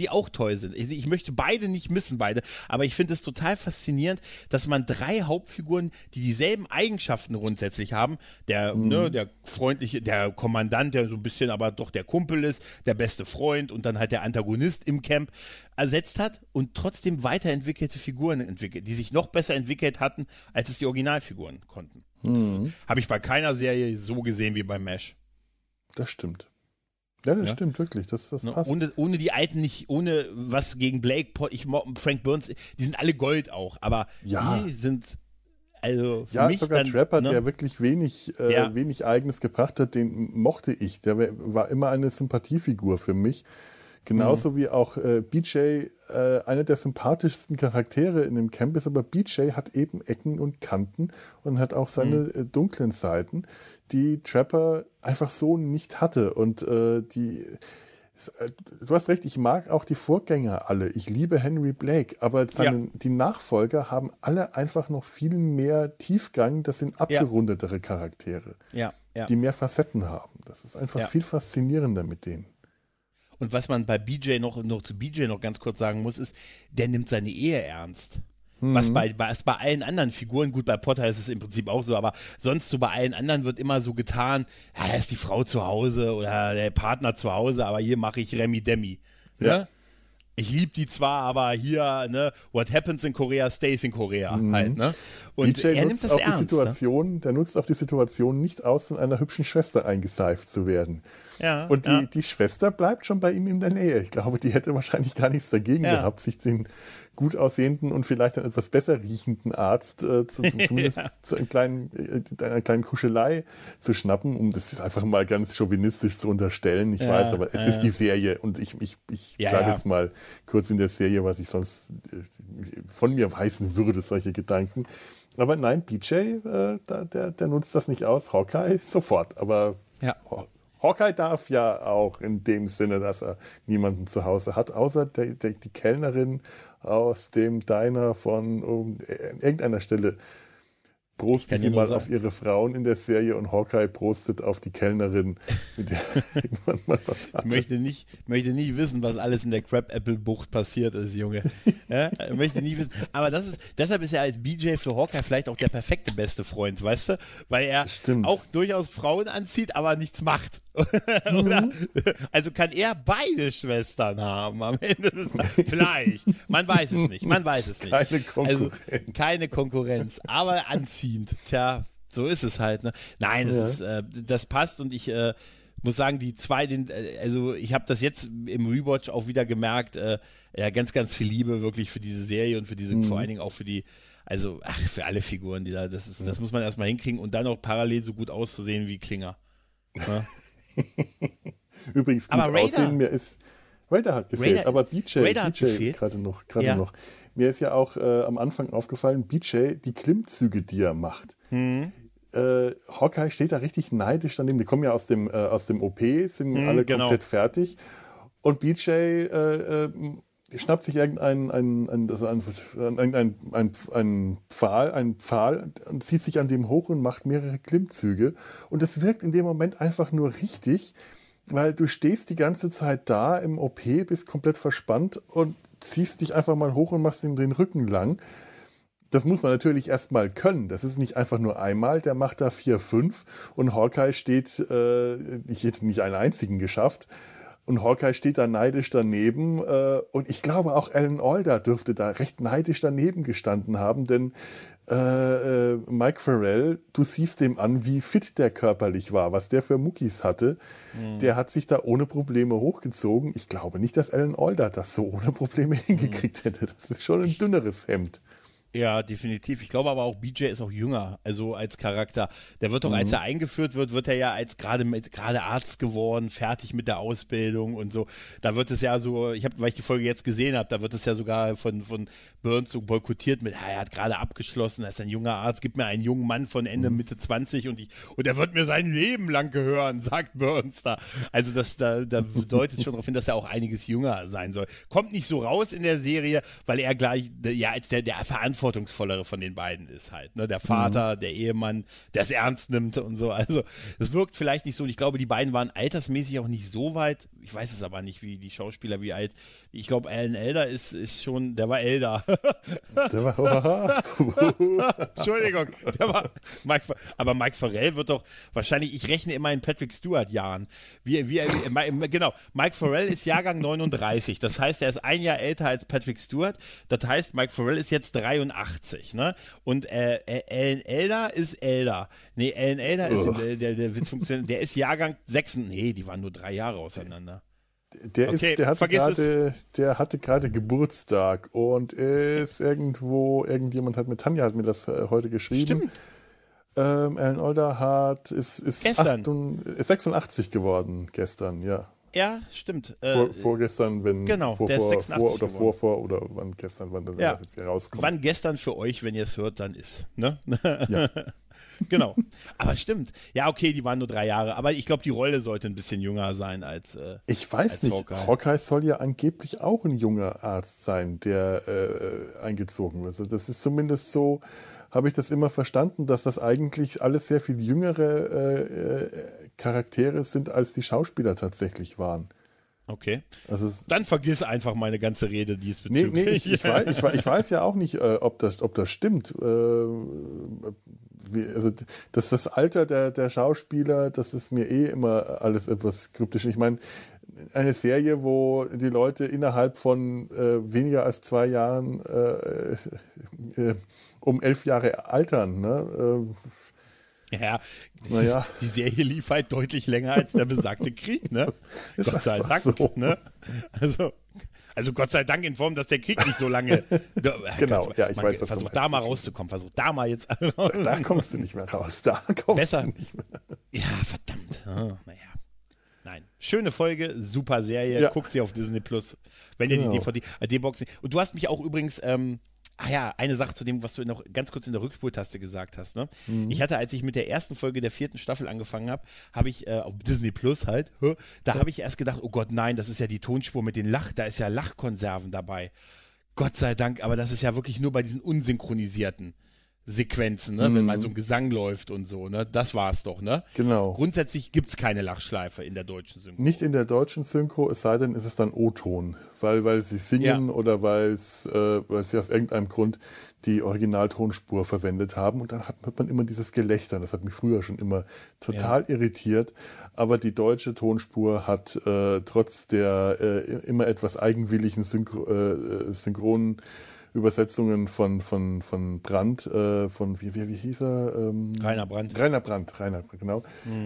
Ich möchte beide nicht missen, aber ich finde es total faszinierend, dass man 3 Hauptfiguren, die dieselben Eigenschaften grundsätzlich haben, der freundliche, der Kommandant, der so ein bisschen aber doch der Kumpel ist, der beste Freund und dann halt der Antagonist im Camp ersetzt hat und trotzdem weiterentwickelte Figuren entwickelt, die sich noch besser entwickelt hatten, als es die Originalfiguren konnten. Das habe ich bei keiner Serie so gesehen wie bei MASH. Das stimmt. Ja, das stimmt wirklich. Das passt. Ohne die Alten nicht, ohne was gegen Blake, Frank Burns, die sind alle Gold auch, aber die sind... Also für mich sogar dann, Trapper, der wirklich wenig Eigenes gebracht hat, den mochte ich. Der war immer eine Sympathiefigur für mich. Genauso wie auch BJ einer der sympathischsten Charaktere in dem Camp ist, aber BJ hat eben Ecken und Kanten und hat auch seine dunklen Seiten, die Trapper einfach so nicht hatte. Und du hast recht, ich mag auch die Vorgänger alle. Ich liebe Henry Blake, aber die Nachfolger haben alle einfach noch viel mehr Tiefgang. Das sind abgerundetere Charaktere, die mehr Facetten haben. Das ist einfach viel faszinierender mit denen. Und was man bei BJ noch zu BJ noch ganz kurz sagen muss, ist, der nimmt seine Ehe ernst. Was bei allen anderen Figuren, gut, bei Potter ist es im Prinzip auch so, aber sonst so bei allen anderen wird immer so getan, da ist die Frau zu Hause oder der Partner zu Hause, aber hier mache ich Remi Demi. Ja. Ne? Ich liebe die zwar, aber hier, ne, what happens in Korea stays in Korea halt, ne? Und BJ nimmt das ernst. Der nutzt auch die Situation nicht aus, von einer hübschen Schwester eingeseift zu werden. Ja, und die Schwester bleibt schon bei ihm in der Nähe. Ich glaube, die hätte wahrscheinlich gar nichts dagegen gehabt, sich den gut aussehenden und vielleicht einen etwas besser riechenden Arzt zumindest zu einer kleinen Kuschelei zu schnappen, um das einfach mal ganz chauvinistisch zu unterstellen. Ich weiß, aber es ist die Serie und ich bleibe jetzt mal kurz in der Serie, was ich sonst von mir weisen würde, solche Gedanken. Aber nein, BJ, der nutzt das nicht aus. Hawkeye sofort, aber Hawkeye darf ja auch in dem Sinne, dass er niemanden zu Hause hat, außer die Kellnerin aus dem Diner von irgendeiner Stelle. Prosten sie mal auf ihre Frauen in der Serie und Hawkeye prostet auf die Kellnerin, mit der irgendwann mal was hatte. Ich möchte nicht wissen, was alles in der Crab-Apple-Bucht passiert ist, Junge. Ja? Möchte nicht wissen. Aber deshalb ist er als BJ für Hawkeye vielleicht auch der perfekte beste Freund, weißt du? Weil er auch durchaus Frauen anzieht, aber nichts macht. Oder? Also kann er beide Schwestern haben am Ende des Tages. Vielleicht. Man weiß es nicht. Keine Konkurrenz. Also keine Konkurrenz, aber anziehend. Tja, So ist es halt, ne? Nein, das passt und ich muss sagen, die zwei, also ich habe das jetzt im Rewatch auch wieder gemerkt, ganz, ganz viel Liebe wirklich für diese Serie und für diese, vor allen Dingen auch für die, also für alle Figuren, die da, das muss man erstmal hinkriegen und dann auch parallel so gut auszusehen wie Klinger. Ja? Übrigens, gut aussehen, mir ist Raider hat gefehlt, aber BJ gerade noch. Mir ist ja auch am Anfang aufgefallen, BJ, die Klimmzüge, die er macht. Hawkeye steht da richtig neidisch daneben. Die kommen ja aus dem OP, sind alle komplett fertig. Und BJ schnappt sich einen Pfahl und zieht sich an dem hoch und macht mehrere Klimmzüge. Und das wirkt in dem Moment einfach nur richtig, weil du stehst die ganze Zeit da im OP, bist komplett verspannt und ziehst dich einfach mal hoch und machst den Rücken lang. Das muss man natürlich erstmal können. Das ist nicht einfach nur einmal, der macht da 4, 5 und Hawkeye steht, ich hätte nicht einen einzigen geschafft, und Hawkeye steht da neidisch daneben und ich glaube auch Alan Alda dürfte da recht neidisch daneben gestanden haben, denn Mike Farrell, du siehst dem an, wie fit der körperlich war, was der für Muckis hatte. Der hat sich da ohne Probleme hochgezogen. Ich glaube nicht, dass Alan Alda das so ohne Probleme hingekriegt hätte. Das ist schon ein dünneres Hemd. Ja, definitiv. Ich glaube aber auch, BJ ist auch jünger, also als Charakter. Der wird doch, als er eingeführt wird, wird er ja als gerade Arzt geworden, fertig mit der Ausbildung und so. Da wird es ja so, weil ich die Folge jetzt gesehen habe, da wird es ja sogar von Burns so boykottiert mit, er hat gerade abgeschlossen, er ist ein junger Arzt, gib mir einen jungen Mann von Ende, Mitte 20 und er wird mir sein Leben lang gehören, sagt Burns da. Also da deutet schon darauf hin, dass er auch einiges jünger sein soll. Kommt nicht so raus in der Serie, weil er gleich, ja, als der verantwortungsvollere von den beiden ist halt. Ne? Der Vater, der Ehemann, der es ernst nimmt und so. Also es wirkt vielleicht nicht so. Und ich glaube, die beiden waren altersmäßig auch nicht so weit. Ich weiß es aber nicht, wie die Schauspieler, wie alt. Ich glaube, Alan Alda ist schon, der war älter. Entschuldigung. Aber Mike Farrell wird doch wahrscheinlich, ich rechne immer in Patrick Stewart-Jahren. Genau, Mike Farrell ist Jahrgang 39. Das heißt, er ist ein Jahr älter als Patrick Stewart. Das heißt, Mike Farrell ist jetzt 83, ne? Und Alan Alda ist älter. Nee, Alan Alda ist, der Witz funktioniert, der ist Jahrgang 6. Nee, die waren nur 3 Jahre auseinander. Der hatte gerade Geburtstag und irgendjemand mit Tanja hat mir das heute geschrieben. Stimmt. Alan Alda ist 86 geworden gestern, ja. Ja, stimmt. Vorgestern, wenn genau, der ist 86 vor oder wann das jetzt hier rauskommt. Wann gestern für euch, wenn ihr es hört, dann ist. Ne? Ja. Genau. Aber stimmt. Ja, okay, die waren nur 3 Jahre. Aber ich glaube, die Rolle sollte ein bisschen jünger sein als ich weiß als nicht. Hawkeye soll ja angeblich auch ein junger Arzt sein, der eingezogen wird. Also das ist zumindest so, habe ich das immer verstanden, dass das eigentlich alles sehr viel jüngere Charaktere sind, als die Schauspieler tatsächlich waren. Okay. Also dann vergiss einfach meine ganze Rede diesbezüglich. Nee, ich weiß ja auch nicht, ob das stimmt. Also das Alter der Schauspieler, das ist mir immer alles etwas kryptisch. Ich meine, eine Serie, wo die Leute innerhalb von weniger als 2 Jahren um 11 Jahre altern, ne? Ja, naja. Die Serie lief halt deutlich länger als der besagte Krieg, ne? Gott sei Dank, so. Ne? Also Gott sei Dank in Form, dass der Krieg nicht so lange... Genau, ja, ich weiß, was versuch da mal rauszukommen, versuch da mal jetzt... Da kommst du nicht mehr raus, da kommst du nicht mehr. Ja, verdammt. Naja. Nein. Schöne Folge, super Serie, guckt sie auf Disney Plus, wenn ihr die DVD-Box... Und du hast mich auch übrigens... eine Sache zu dem, was du noch ganz kurz in der Rückspultaste gesagt hast. Ne? Ich hatte, als ich mit der ersten Folge der 4. Staffel angefangen habe, habe ich auf Disney Plus halt, habe ich erst gedacht, oh Gott, nein, das ist ja die Tonspur mit den da ist ja Lachkonserven dabei. Gott sei Dank, aber das ist ja wirklich nur bei diesen unsynchronisierten Sequenzen, ne? Wenn mal so ein Gesang läuft und so, ne? Das war's doch, ne? Genau. Grundsätzlich gibt's keine Lachschleife in der deutschen Synchro. Nicht in der deutschen Synchro, es sei denn, ist es dann O-Ton, weil sie singen oder weil sie aus irgendeinem Grund die Originaltonspur verwendet haben und dann hat man immer dieses Gelächter. Das hat mich früher schon immer total irritiert, aber die deutsche Tonspur hat trotz der immer etwas eigenwilligen Synchronen Übersetzungen von Brandt, wie hieß er? Rainer Brandt, genau.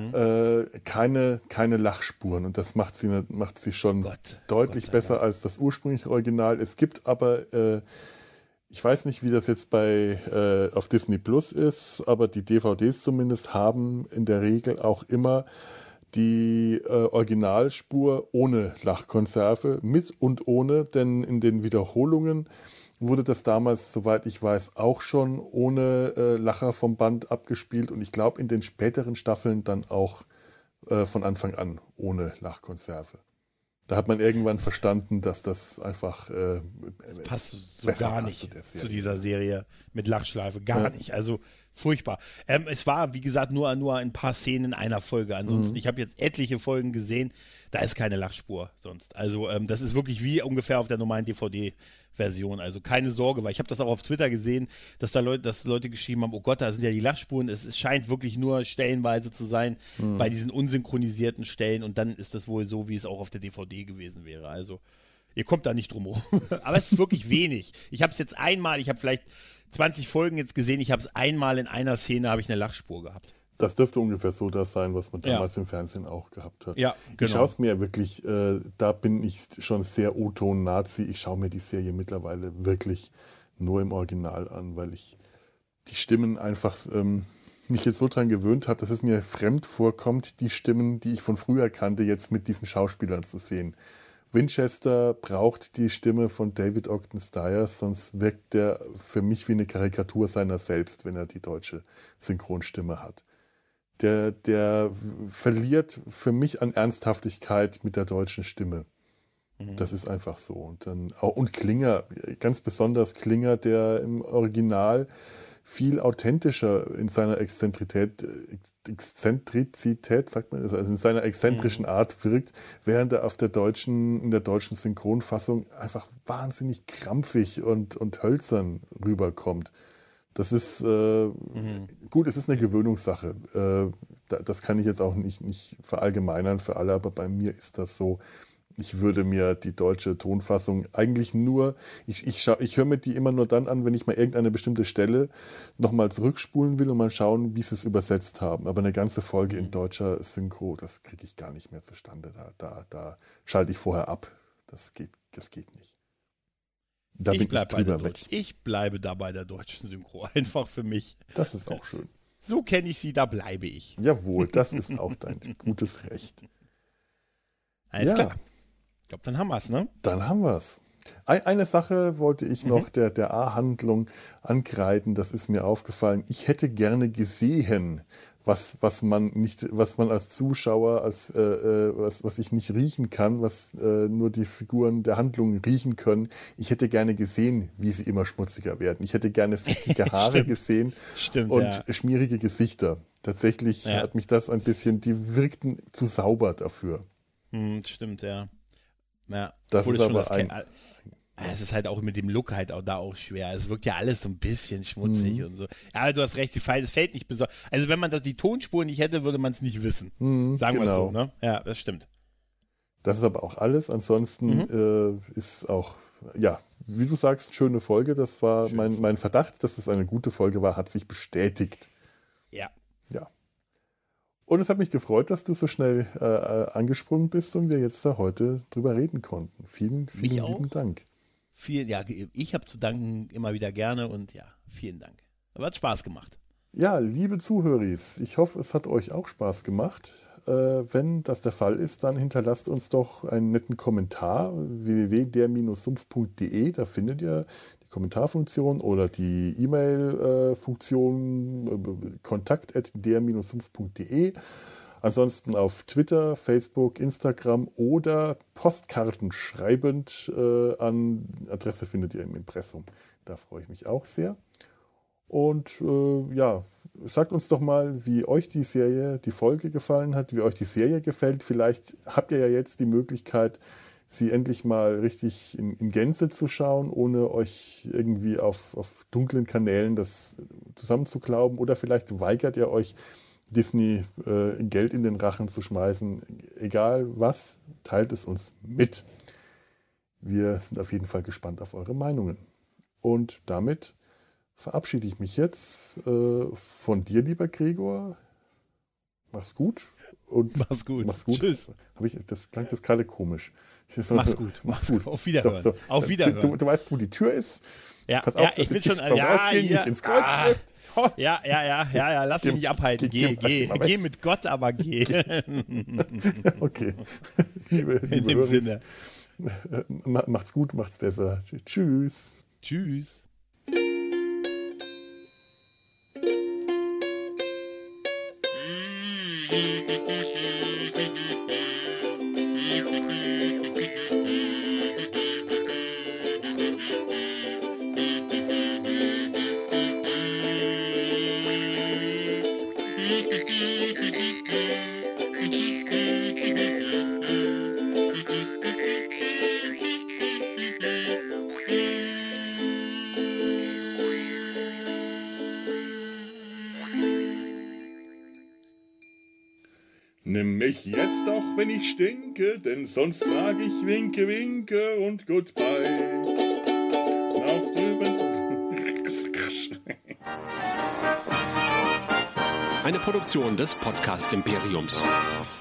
Keine Lachspuren, und das macht sie schon deutlich besser als das ursprüngliche Original. Es gibt aber, ich weiß nicht, wie das jetzt auf Disney Plus ist, aber die DVDs zumindest haben in der Regel auch immer die Originalspur ohne Lachkonserve, mit und ohne, denn in den Wiederholungen wurde das damals, soweit ich weiß, auch schon ohne Lacher vom Band abgespielt, und ich glaube in den späteren Staffeln dann auch von Anfang an ohne Lachkonserve. Da hat man irgendwann verstanden, dass das einfach das passt so gar nicht zu dieser Serie mit Lachschleife, gar nicht. Also furchtbar. Es war, wie gesagt, nur ein paar Szenen in einer Folge. Ansonsten, ich habe jetzt etliche Folgen gesehen, da ist keine Lachspur sonst. Also das ist wirklich wie ungefähr auf der normalen DVD-Version. Also keine Sorge, weil ich habe das auch auf Twitter gesehen, dass Leute geschrieben haben, oh Gott, da sind ja die Lachspuren. Es scheint wirklich nur stellenweise zu sein bei diesen unsynchronisierten Stellen, und dann ist das wohl so, wie es auch auf der DVD gewesen wäre. Also ihr kommt da nicht drum rum. Aber es ist wirklich wenig. Ich habe es jetzt einmal, ich habe vielleicht 20 Folgen jetzt gesehen, ich habe es einmal in einer Szene, habe ich eine Lachspur gehabt. Das dürfte ungefähr so das sein, was man damals im Fernsehen auch gehabt hat. Ja, genau. Ich schaue es mir wirklich, da bin ich schon sehr O-Ton-Nazi, ich schaue mir die Serie mittlerweile wirklich nur im Original an, weil ich die Stimmen einfach mich jetzt so dran gewöhnt habe, dass es mir fremd vorkommt, die Stimmen, die ich von früher kannte, jetzt mit diesen Schauspielern zu sehen. Winchester braucht die Stimme von David Ogden Stiers, sonst wirkt der für mich wie eine Karikatur seiner selbst, wenn er die deutsche Synchronstimme hat. Der verliert für mich an Ernsthaftigkeit mit der deutschen Stimme. Das ist einfach so. Und Klinger, ganz besonders Klinger, der im Original viel authentischer in seiner Exzentrizität, sagt man, also in seiner exzentrischen Art wirkt, während er in der deutschen Synchronfassung einfach wahnsinnig krampfig und hölzern rüberkommt. Das ist gut, es ist eine Gewöhnungssache. Das kann ich jetzt auch nicht verallgemeinern für alle, aber bei mir ist das so. Ich würde mir die deutsche Tonfassung eigentlich nur, ich höre mir die immer nur dann an, wenn ich mal irgendeine bestimmte Stelle nochmal zurückspulen will und mal schauen, wie sie es übersetzt haben. Aber eine ganze Folge in deutscher Synchro, das kriege ich gar nicht mehr zustande. Da schalte ich vorher ab. Das geht nicht. Da bin ich drüber weg. Ich bleibe da bei der deutschen Synchro, einfach für mich. Das ist auch schön. So kenne ich sie, da bleibe ich. Jawohl, das ist auch dein gutes Recht. Alles klar. Ich glaube, dann haben wir es, ne? Dann haben wir es. Eine Sache wollte ich noch der A-Handlung ankreiden, das ist mir aufgefallen. Ich hätte gerne gesehen, was man als Zuschauer, was ich nicht riechen kann, was nur die Figuren der Handlung riechen können. Ich hätte gerne gesehen, wie sie immer schmutziger werden. Ich hätte gerne fettige Haare gesehen und schmierige Gesichter. Tatsächlich hat mich das ein bisschen, die wirkten zu sauber dafür. Stimmt, ja. Das ist aber es ist halt auch mit dem Look halt auch da auch schwer. Es wirkt ja alles so ein bisschen schmutzig und so. Ja, du hast recht, es fällt nicht besonders. Also wenn man die Tonspur nicht hätte, würde man es nicht wissen. Sagen wir so, ne? Ja, das stimmt. Das ist aber auch alles. Ansonsten ist auch, ja, wie du sagst, schöne Folge. Das war mein Verdacht, dass es eine gute Folge war, hat sich bestätigt. Ja. Und es hat mich gefreut, dass du so schnell angesprungen bist und wir jetzt da heute drüber reden konnten. Vielen lieben Dank. Ich habe zu danken immer wieder gerne und ja, vielen Dank. Aber hat Spaß gemacht. Ja, liebe Zuhöris, ich hoffe, es hat euch auch Spaß gemacht. Wenn das der Fall ist, dann hinterlasst uns doch einen netten Kommentar www.der-sumpf.de, da findet ihr die Kommentarfunktion oder die E-Mail-Funktion kontakt@der-sumpf.de. Ansonsten auf Twitter, Facebook, Instagram oder Postkarten schreibend an Adresse findet ihr im Impressum. Da freue ich mich auch sehr. Und sagt uns doch mal, wie euch die Folge gefallen hat, wie euch die Serie gefällt. Vielleicht habt ihr ja jetzt die Möglichkeit, sie endlich mal richtig in Gänze zu schauen, ohne euch irgendwie auf dunklen Kanälen das zusammenzuklauben. Oder vielleicht weigert ihr euch, Disney Geld in den Rachen zu schmeißen. Egal was, teilt es uns mit. Wir sind auf jeden Fall gespannt auf eure Meinungen. Und damit verabschiede ich mich jetzt von dir, lieber Gregor. Mach's gut. Und mach's gut. Tschüss. Das klang das gerade komisch. Mach's gut. Auf Wiederhören. So. Auf Wiederhören. Du weißt, wo die Tür ist. Ja, Pass auf, ich bin schon rausgehen, nicht ins Kreuz trifft. Ja, lass dich nicht abhalten. Geh mit Gott, aber geh. Okay. Liebe In dem Sinne. Macht's gut, macht's besser. Tschüss. Tschüss. Nimm mich jetzt auch, wenn ich stinke, denn sonst sag ich winke, winke und goodbye. Auch drüben. Eine Produktion des Podcast Imperiums.